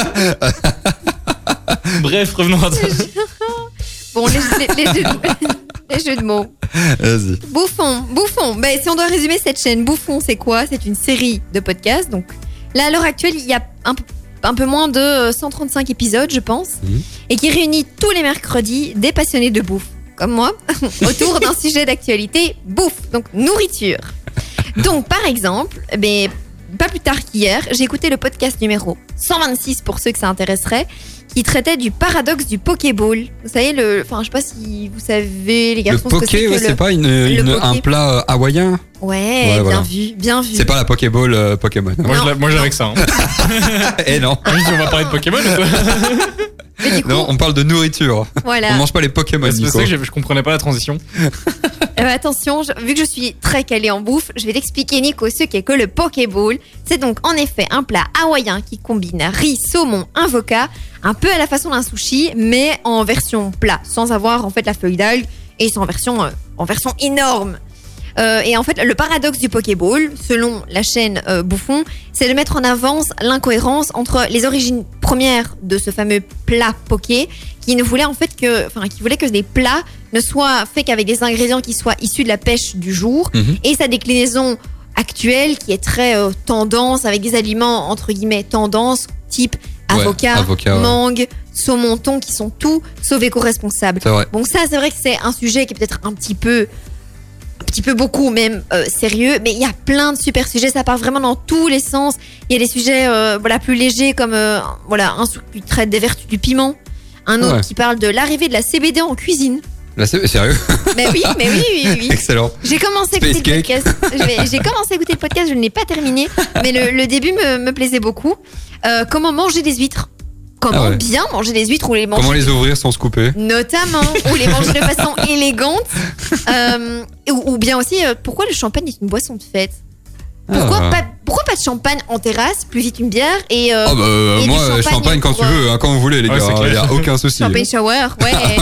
Bref, revenons à ça. Bon, les, les- les jeux de, les jeux de mots. Vas-y. Bouffon, Bouffon. Ben, si on doit résumer cette chaîne, Bouffon, c'est quoi? C'est une série de podcasts. Donc, là, à l'heure actuelle, il y a un, p- un peu moins de cent trente-cinq épisodes, je pense, Mhm. et qui réunit tous les mercredis des passionnés de bouffe, comme moi, autour d'un sujet d'actualité, bouffe, donc nourriture. Donc, par exemple, ben, pas plus tard qu'hier, j'ai écouté le podcast numéro cent vingt-six pour ceux que ça intéresserait, qui traitait du paradoxe du Pokéball. Vous savez, le, enfin, je sais pas si vous savez, les Le garçons, ce que poké, c'est que ouais, le- c'est pas une, une- poké. un plat euh, hawaïen. Ouais, Ouais, bien voilà. vu, bien vu. C'est pas la Pokéball euh, Pokémon. Moi, Non. je l'a- moi, j'avais que ça. Hein. Eh non. Ah oui, on va parler de Pokémon ou quoi? Mais du coup, Non, on parle de nourriture. voilà. On mange pas les Pokémon, C'est pour Nico. ça que je, je comprenais pas la transition. Euh, attention, je- vu que je suis très calée en bouffe, je vais t'expliquer, Nico, ce qu'est que le Pokéball. C'est donc en effet un plat hawaïen qui combine riz, saumon, avocat, un peu à la façon d'un sushi, mais en version plat, sans avoir en fait la feuille d'algue et c'est en version, euh, en version énorme. Euh, et en fait, le paradoxe du Pokéball, selon la chaîne euh, Bouffon, c'est de mettre en avance l'incohérence entre les origines premières de ce fameux plat poké, qui ne voulait en fait que, enfin, qui voulait que les plats ne soient faits qu'avec des ingrédients qui soient issus de la pêche du jour, Mhm. et sa déclinaison actuelle qui est très euh, tendance, avec des aliments entre guillemets tendance, type Ouais, avocat, avocat, ouais. mangue, saumon, thon, qui sont tous sauf éco-responsables. C'est vrai. Bon, ça, c'est vrai que c'est un sujet qui est peut-être un petit peu, un petit peu beaucoup même euh, sérieux, mais il y a plein de super sujets. Ça part vraiment dans tous les sens. Il y a des sujets, euh, voilà, plus légers comme, euh, voilà, un qui traite des vertus du piment, un autre Ouais. qui parle de l'arrivée de la C B D en cuisine. Là, c'est sérieux. Mais oui, mais oui, oui, oui. Excellent. J'ai commencé à Space écouter cake. le podcast. Je vais- J'ai commencé à écouter le podcast, je ne l'ai pas terminé, mais le, le début me, me plaisait beaucoup. Euh, comment manger des huîtres. Comment Ah ouais. bien manger des huîtres ou les manger Comment les ouvrir sans se couper? notamment, ou les manger de façon élégante. Euh, ou, ou bien aussi, euh, pourquoi le champagne est une boisson de fête. Pourquoi, Ah. pas, pourquoi pas de champagne en terrasse, plus vite une bière et, euh, Oh bah, euh, et du moi, euh, champagne champagne quand pour, tu euh, veux, hein, quand vous voulez, les Ouais, gars. c'est Il clair. n'y a aucun souci. champagne shower, ouais.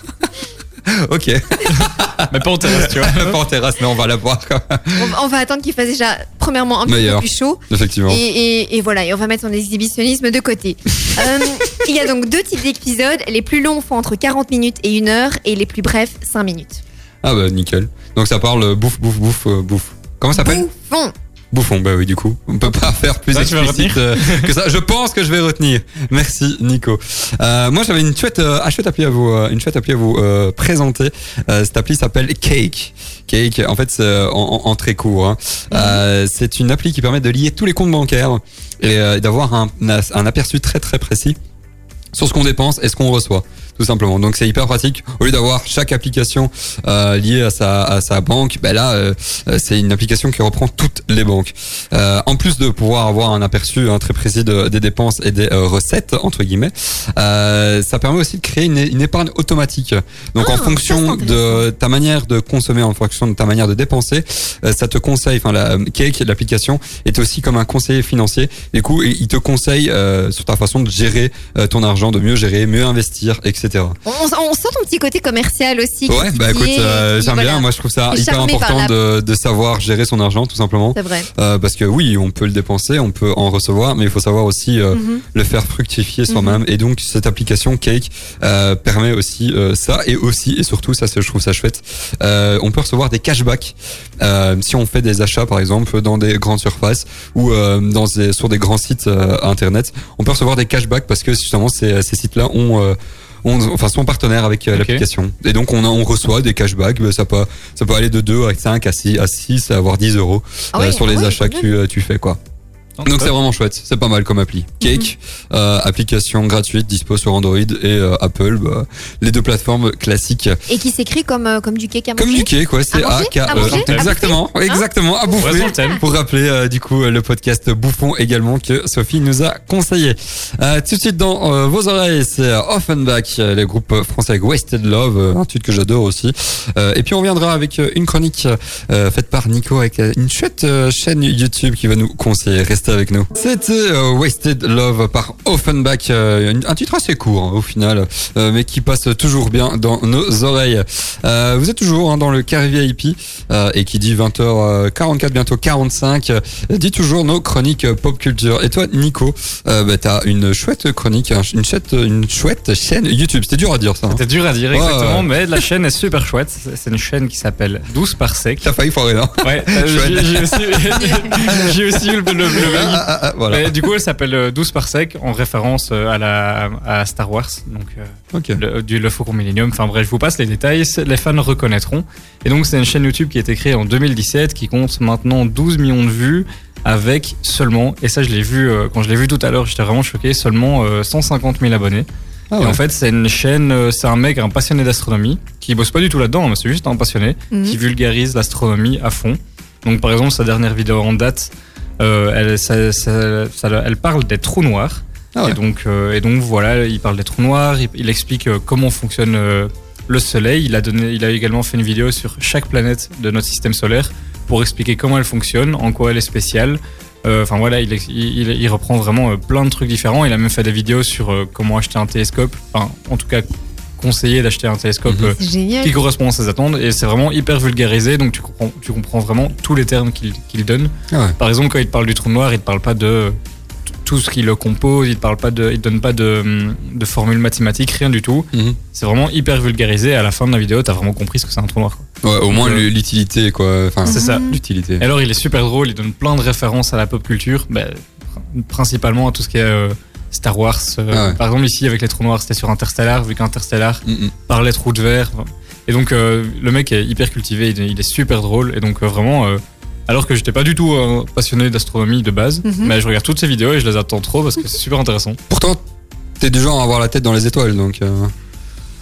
Ok. Mais pas en terrasse, tu vois. Pas en terrasse, mais on va la boire quand même. on, on va attendre qu'il fasse déjà, premièrement, un petit Meilleur. peu plus chaud. Effectivement. Et, et, et voilà, et on va mettre son exhibitionnisme de côté. Euh, il y a donc deux types d'épisodes. Les plus longs font entre quarante minutes et une heure, et les plus brefs, cinq minutes. Ah bah nickel. Donc ça parle euh, bouffe, bouffe, bouffe, euh, bouffe. Comment ça s'appelle? Bouffon. Bouffon, bah oui, du coup. On peut pas faire plus Ça, tu vas explicite euh, que ça. Je pense que je vais retenir. Merci, Nico. Euh, moi, j'avais une chouette, euh, ah, chouette appli à vous, euh, une chouette appli à vous euh, présenter. Euh, cette appli s'appelle Cake. Cake, en fait, c'est euh, en, en, en très court. Hein. Euh, c'est une appli qui permet de lier tous les comptes bancaires et euh, d'avoir un, un aperçu très très précis sur ce qu'on dépense et ce qu'on reçoit, tout simplement. Donc c'est hyper pratique. Au lieu d'avoir chaque application euh, liée à sa à sa banque, ben là euh, c'est une application qui reprend toutes les banques. Euh, en plus de pouvoir avoir un aperçu hein, très précis de, des dépenses et des euh, recettes entre guillemets, euh, ça permet aussi de créer une, une épargne automatique. Donc Ah, en ça, fonction c'est de ta manière de consommer, en fonction de ta manière de dépenser, euh, ça te conseille. Enfin la Cake, l'application, est aussi comme un conseiller financier. Du coup, il te conseille euh, sur ta façon de gérer euh, ton argent, de mieux gérer, mieux investir, et cetera. On, on sent ton petit côté commercial aussi. qui Ouais, bah écoute, titille, euh, et puis j'aime voilà. bien. Moi, je trouve ça T'es hyper charmé par important de, de savoir gérer son argent, tout simplement. C'est vrai. Euh, parce que oui, on peut le dépenser, on peut en recevoir, mais il faut savoir aussi euh, Mhm. le faire fructifier soi-même. Et donc, cette application Cake euh, permet aussi euh, ça, et aussi et surtout, ça, c'est- je trouve ça chouette. Euh, on peut recevoir des cashbacks euh, si on fait des achats, par exemple, dans des grandes surfaces ou euh, dans des, sur des grands sites euh, internet. On peut recevoir des cashbacks parce que justement, ces, ces sites-là ont euh, on, enfin, sont partenaires avec euh, Ok. l'application. Et donc, on, a, on reçoit des cashbacks. Ben, ça, peut, ça peut aller de deux à cinq à six, à six, voire dix euros Ah euh, ouais, sur les ah ouais, achats quand que tu, euh, tu fais, quoi. Donc c'est vraiment chouette, c'est pas mal comme appli. Cake, euh, application gratuite, dispo sur Android et euh, Apple, bah, les deux plateformes classiques. Et qui s'écrit comme, euh, comme du cake à manger. Comme du cake, ouais, c'est À A manger K À E. manger À Exactement, bouffer exactement, à On reste bouffer. dans le thème. Pour rappeler euh, du coup le podcast Bouffon également que Sophie nous a conseillé. Euh, tout de suite dans euh, vos oreilles, c'est euh, Offenbach, euh, les groupes français avec Wasted Love, euh, un titre que j'adore aussi. Euh, et puis on reviendra avec euh, une chronique euh, faite par Nico avec euh, une chouette euh, chaîne YouTube qui va nous conseiller. Restez avec nous. C'était euh, Wasted Love par Offenbach, euh, un titre assez court hein, au final, euh, mais qui passe toujours bien dans nos oreilles. Euh, vous êtes toujours hein, dans le carré V I P euh, et qui dit vingt heures quarante-quatre, bientôt quarante-cinq, euh, dit toujours nos chroniques euh, pop culture. Et toi, Nico, euh, bah, t'as une chouette chronique, hein, une chouette, une chouette chaîne YouTube. C'était dur à dire ça. Hein. C'était dur à dire, Ouais, exactement, ouais. mais la chaîne est super chouette. C'est c'est une chaîne qui s'appelle douze par sec. T'as failli foirer là. Ouais, euh, Chouette. j'ai j'ai aussi, j'ai aussi eu le, le, le Ah, ah, ah, voilà. Mais du coup, elle s'appelle euh, douze par sec en référence euh, à, la, à Star Wars, donc euh, Ok. le, du Le Faucon Millennium. Enfin bref, je vous passe les détails, c'est- les fans reconnaîtront. Et donc, c'est une chaîne YouTube qui a été créée en deux mille dix-sept, qui compte maintenant douze millions de vues, avec seulement, et ça je l'ai vu, euh, quand je l'ai vu tout à l'heure, j'étais vraiment choqué, seulement euh, cent cinquante mille abonnés. Ah, Et ouais. en fait, c'est une chaîne, euh, c'est un mec, un passionné d'astronomie, qui bosse pas du tout là-dedans, mais c'est juste un passionné, Mhm. qui vulgarise l'astronomie à fond. Donc, par exemple, sa dernière vidéo en date, euh, elle, ça- ça- ça- elle parle des trous noirs. Ah ouais. Et donc, euh, et donc voilà, il parle des trous noirs, il, il explique euh, comment fonctionne euh, le Soleil. Il a donné, il a également fait une vidéo sur chaque planète de notre système solaire pour expliquer comment elle fonctionne, en quoi elle est spéciale. Euh, Enfin voilà, il, ex- il, il reprend vraiment euh, plein de trucs différents. Il a même fait des vidéos sur euh, comment acheter un télescope. Enfin, en tout cas, conseiller d'acheter un télescope Mhm. euh, C'est génial. qui correspond à ses attentes. Et c'est vraiment hyper vulgarisé, donc tu comprends, tu comprends vraiment tous les termes qu'il qu'il donne. Ah ouais. Par exemple, quand il te parle du trou noir, il te parle pas de t- tout ce qui le compose, il te parle pas de, il te donne pas de, de formule mathématique, rien du tout. Mhm. C'est vraiment hyper vulgarisé. À la fin de la vidéo, t'as vraiment compris ce que c'est un trou noir, quoi. Ouais, au moins Euh, l'utilité quoi. Enfin, C'est ça. l'utilité. Et alors, il est super drôle, il donne plein de références à la pop culture, bah, pr- principalement à tout ce qui est euh, Star Wars. euh, Ah ouais. Par exemple, ici, avec les trous noirs, c'était sur Interstellar, vu qu'Interstellar Mm, mm. parlait de trous de verre. Et donc, euh, le mec est hyper cultivé, il est, il est super drôle. Et donc, euh, vraiment, euh, alors que j'étais pas du tout euh, passionné d'astronomie de base, Mhm. mais je regarde toutes ces vidéos et je les attends trop parce que c'est super intéressant. Pourtant, t'es du genre à avoir la tête dans les étoiles, donc. Euh...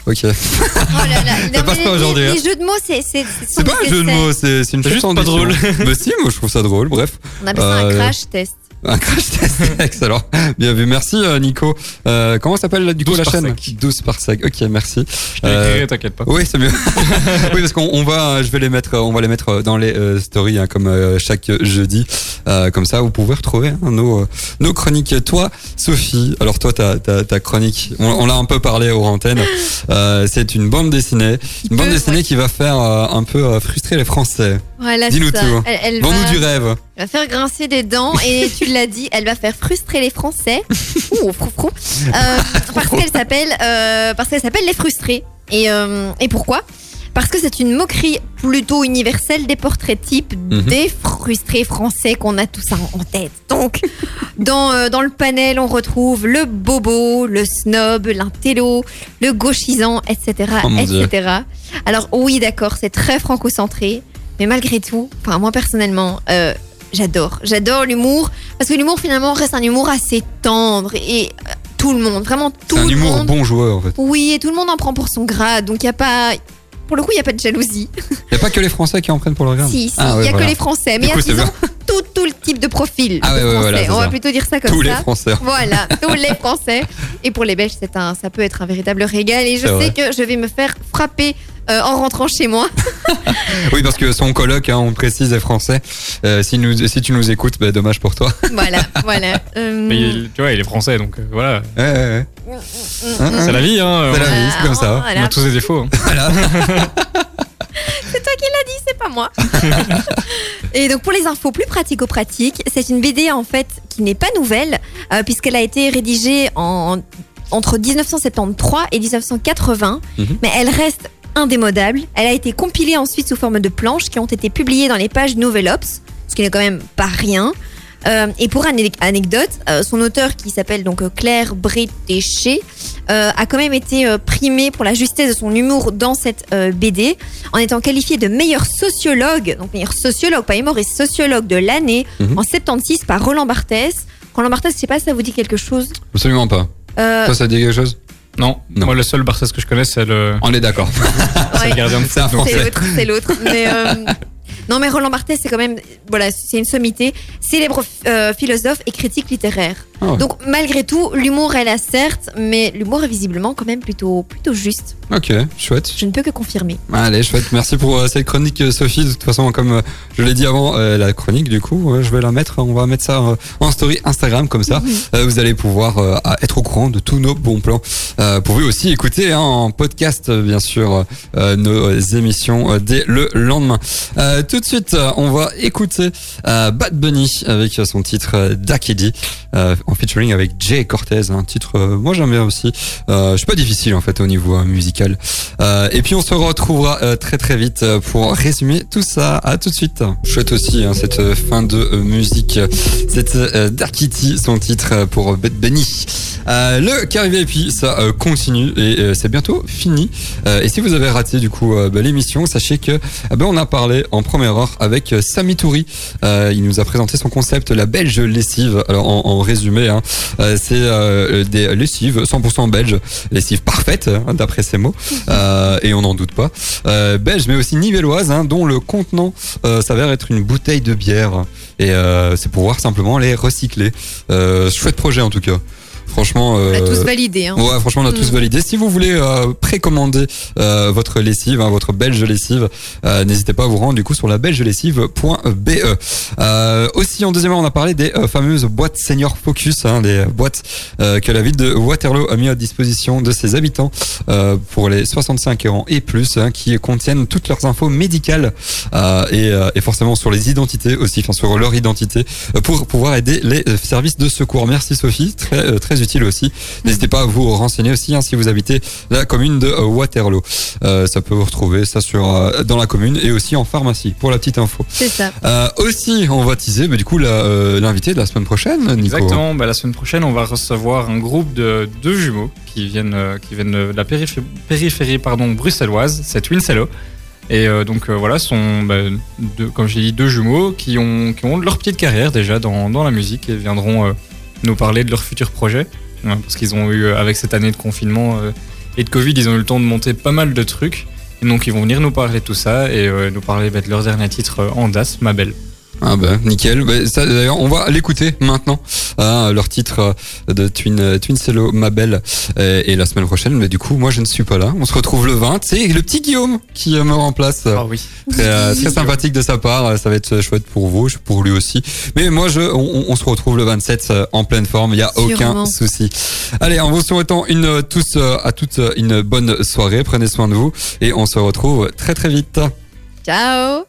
Ok. Oh là là. Ça Non, passe mais pas les- aujourd'hui, Les, hein. les jeux de mots, c'est c'est C'est pas un jeu de mots, c'est, c'est une C'est chute juste en pas audition. drôle. Mais si, moi je trouve ça drôle, bref. On appelle ça un Euh, crash test. Un crash test, excellent. Bien vu, merci euh, Nico. Euh, comment s'appelle là, du coup douze la chaîne parsec. douze parsec. Ok, merci. Je te Euh, l'écrirai, t'inquiète pas. Oui, c'est mieux. Oui, parce qu'on on va, je vais les mettre, on va les mettre dans les euh, stories hein, comme euh, chaque jeudi. Euh, comme ça, vous pouvez retrouver hein, nos euh, nos chroniques. Toi, Sophie. Alors toi, ta ta, ta chronique. On, on l'a un peu parlé aux antennes. Euh, c'est une bande dessinée, une bande peut, dessinée ouais. qui va faire euh, un peu euh, frustrer les Français. Voilà, Dis-nous c'est ça. tout. Elle, elle Vends-nous va, du rêve. elle va faire grincer des dents et tu l'as dit, elle va faire frustrer les Français. Ouh, frou, frou. Euh, parce qu'elle s'appelle, euh, parce qu'elle s'appelle les frustrés. Et euh, et pourquoi ? Parce que c'est une moquerie plutôt universelle des portraits types Mhm. des frustrés français qu'on a tous en en tête. Donc, dans, euh, dans le panel, on retrouve le bobo, le snob, l'intello, le gauchisant, et cetera, Oh mon Dieu. et cetera. Alors oui, d'accord, c'est très franco-centré, mais malgré tout, enfin moi personnellement, euh, j'adore, j'adore l'humour parce que l'humour finalement reste un humour assez tendre et euh, tout le monde, vraiment tout C'est un le humour monde. bon joueur en fait. Oui, et tout le monde en prend pour son grade, donc il y a pas. Pour le coup, il n'y a pas de jalousie. Il y a pas que les Français qui en prennent pour le regard. Si, si, il Ah ouais, y a voilà. que les Français. Mais il y coup, a c'est disons, tout, tout le type de profil Ah de ouais, ouais, Français. voilà, c'est On va ça. plutôt dire ça comme Tous ça. les Français. Voilà, tous les Français. Et pour les Belges, c'est un, ça peut être un véritable régal. Et je C'est sais vrai. que je vais me faire frapper euh, en rentrant chez moi. Oui, parce que son coloc, hein, on précise, est français. Euh, si, nous, si tu nous écoutes, bah, dommage pour toi. Voilà, voilà. Euh, Mais il- tu vois, il est français, donc euh, voilà. Ouais, ouais, ouais. mm, C'est la vie, hein. C'est la On- vie, c'est comme ça. On Voilà. a tous des défauts. hein. Voilà. C'est toi qui l'as dit, c'est pas moi. Et donc pour les infos plus pratico-pratiques, c'est une B D en fait qui n'est pas nouvelle euh, puisqu'elle a été rédigée en, entre dix-neuf cent soixante-treize et dix-neuf cent quatre-vingts, Mhm. mais elle reste indémodable. Elle a été compilée ensuite sous forme de planches qui ont été publiées dans les pages Nouvel Ops, ce qui n'est quand même pas rien. Euh, et pour ane- anecdote, euh, son auteur qui s'appelle donc euh, Claire Bretéché euh, a quand même été euh, primé pour la justesse de son humour dans cette euh, B D en étant qualifié de meilleur sociologue, donc meilleur sociologue, pas humoriste, sociologue de l'année Mhm. en soixante-seize par Roland Barthès. Roland Barthès, je sais pas si ça vous dit quelque chose. Absolument pas. Euh, Toi, ça te dit quelque chose? Non. Non. Moi, le seul Barthès que je connais, c'est le, On est d'accord. c'est ouais. le gardien de C'est un foot. donc- C'est Français. l'autre, c'est l'autre. Mais euh, non, mais Roland Barthès, c'est quand même, voilà, c'est une sommité, célèbre euh, philosophe et critique littéraire. Ah ouais. Donc malgré tout, l'humour est là certes, mais l'humour est visiblement quand même plutôt, plutôt juste. Ok, chouette. Je ne peux que confirmer. Allez, chouette. Merci pour euh, cette chronique, euh, Sophie. De toute façon, comme euh, je l'ai dit avant, euh, la chronique, du coup, euh, je vais la mettre, on va mettre ça euh, en story Instagram, comme ça. Euh, vous allez pouvoir euh, à être au courant de tous nos bons plans. Euh, vous pouvez aussi écouter hein, en podcast, euh, bien sûr, euh, nos euh, émissions euh, dès le lendemain. Euh, tout de suite, euh, on va écouter euh, Bad Bunny avec euh, son titre euh, Dakidi, euh, en featuring avec Jay Cortez. Un titre, euh, moi j'aime bien aussi. Euh, je suis pas difficile en fait au niveau euh, musical. Euh, et puis on se retrouvera euh, très très vite euh, pour résumer tout ça. À tout de suite. Chouette aussi hein, cette euh, fin de euh, musique. C'était euh, Dakidi, son titre euh, pour Bad Bunny. Euh, le Carré V I P, ça euh, continue et euh, c'est bientôt fini. Euh, et si vous avez raté du coup euh, bah, l'émission, sachez que euh, bah, on a parlé en première heure avec euh, Sami Touri. Euh, il nous a présenté son concept, la belge lessive. Alors en, en résumé, hein, euh, c'est euh, des lessives cent pour cent belges, lessive parfaite hein, d'après ses mots. Euh, et on n'en doute pas. Euh, belge, mais aussi nivelloise, hein, dont le contenant euh, s'avère être une bouteille de bière. Et euh, c'est pour pouvoir simplement les recycler. Euh, chouette projet en tout cas. Franchement, On l'a euh, tous validé. Hein. ouais, franchement, on a tous Mm. validé. Si vous voulez euh, précommander euh, votre lessive, hein, votre belge lessive, euh, n'hésitez pas à vous rendre du coup sur la belge lessive point b e. Euh, aussi, en deuxième heure, on a parlé des euh, fameuses boîtes Senior Focus, hein, les boîtes euh, que la ville de Waterloo a mis à disposition de ses habitants euh, pour les soixante-cinq ans et plus, hein, qui contiennent toutes leurs infos médicales euh, et, euh, et forcément sur les identités aussi, enfin sur leur identité, euh, pour pouvoir aider les euh, services de secours. Merci Sophie, très euh, très utile aussi. N'hésitez pas à vous renseigner aussi hein, si vous habitez la commune de euh, Waterloo. Euh, ça peut vous retrouver ça sur euh, dans la commune et aussi en pharmacie pour la petite info. C'est ça. Euh, aussi, on va teaser bah, du coup la, euh, l'invité de la semaine prochaine, Nico. Exactement. Bah, la semaine prochaine, on va recevoir un groupe de deux jumeaux qui viennent, euh, qui viennent de la périphérie, périphérie pardon, bruxelloise. C'est Twincello. Et euh, donc euh, voilà, sont bah, deux, comme j'ai dit, deux jumeaux qui ont, qui ont leur petite carrière déjà dans, dans la musique et viendront euh, nous parler de leur futur projet. Ouais, parce qu'ils ont eu, euh, avec cette année de confinement, euh, et de Covid, ils ont eu le temps de monter pas mal de trucs. Et donc, ils vont venir nous parler de tout ça et euh, nous parler bah, de leur dernier titre euh, en D A S, Ma Belle. Ah bah nickel. Bah, ça, d'ailleurs, on va l'écouter maintenant. Ah, leur titre de Twin Twin Cello, Ma Belle. Et, et la semaine prochaine, mais du coup, moi je ne suis pas là. On se retrouve le vingt. C'est le petit Guillaume qui me remplace. Ah oui. Très, euh, très sympathique de sa part. Ça va être chouette pour vous, pour lui aussi. Mais moi, je, on, on se retrouve le vingt-sept en pleine forme. Il y a aucun Sûrement. souci. Allez, en vous souhaitant une tous à toutes une bonne soirée. Prenez soin de vous et on se retrouve très très vite. Ciao.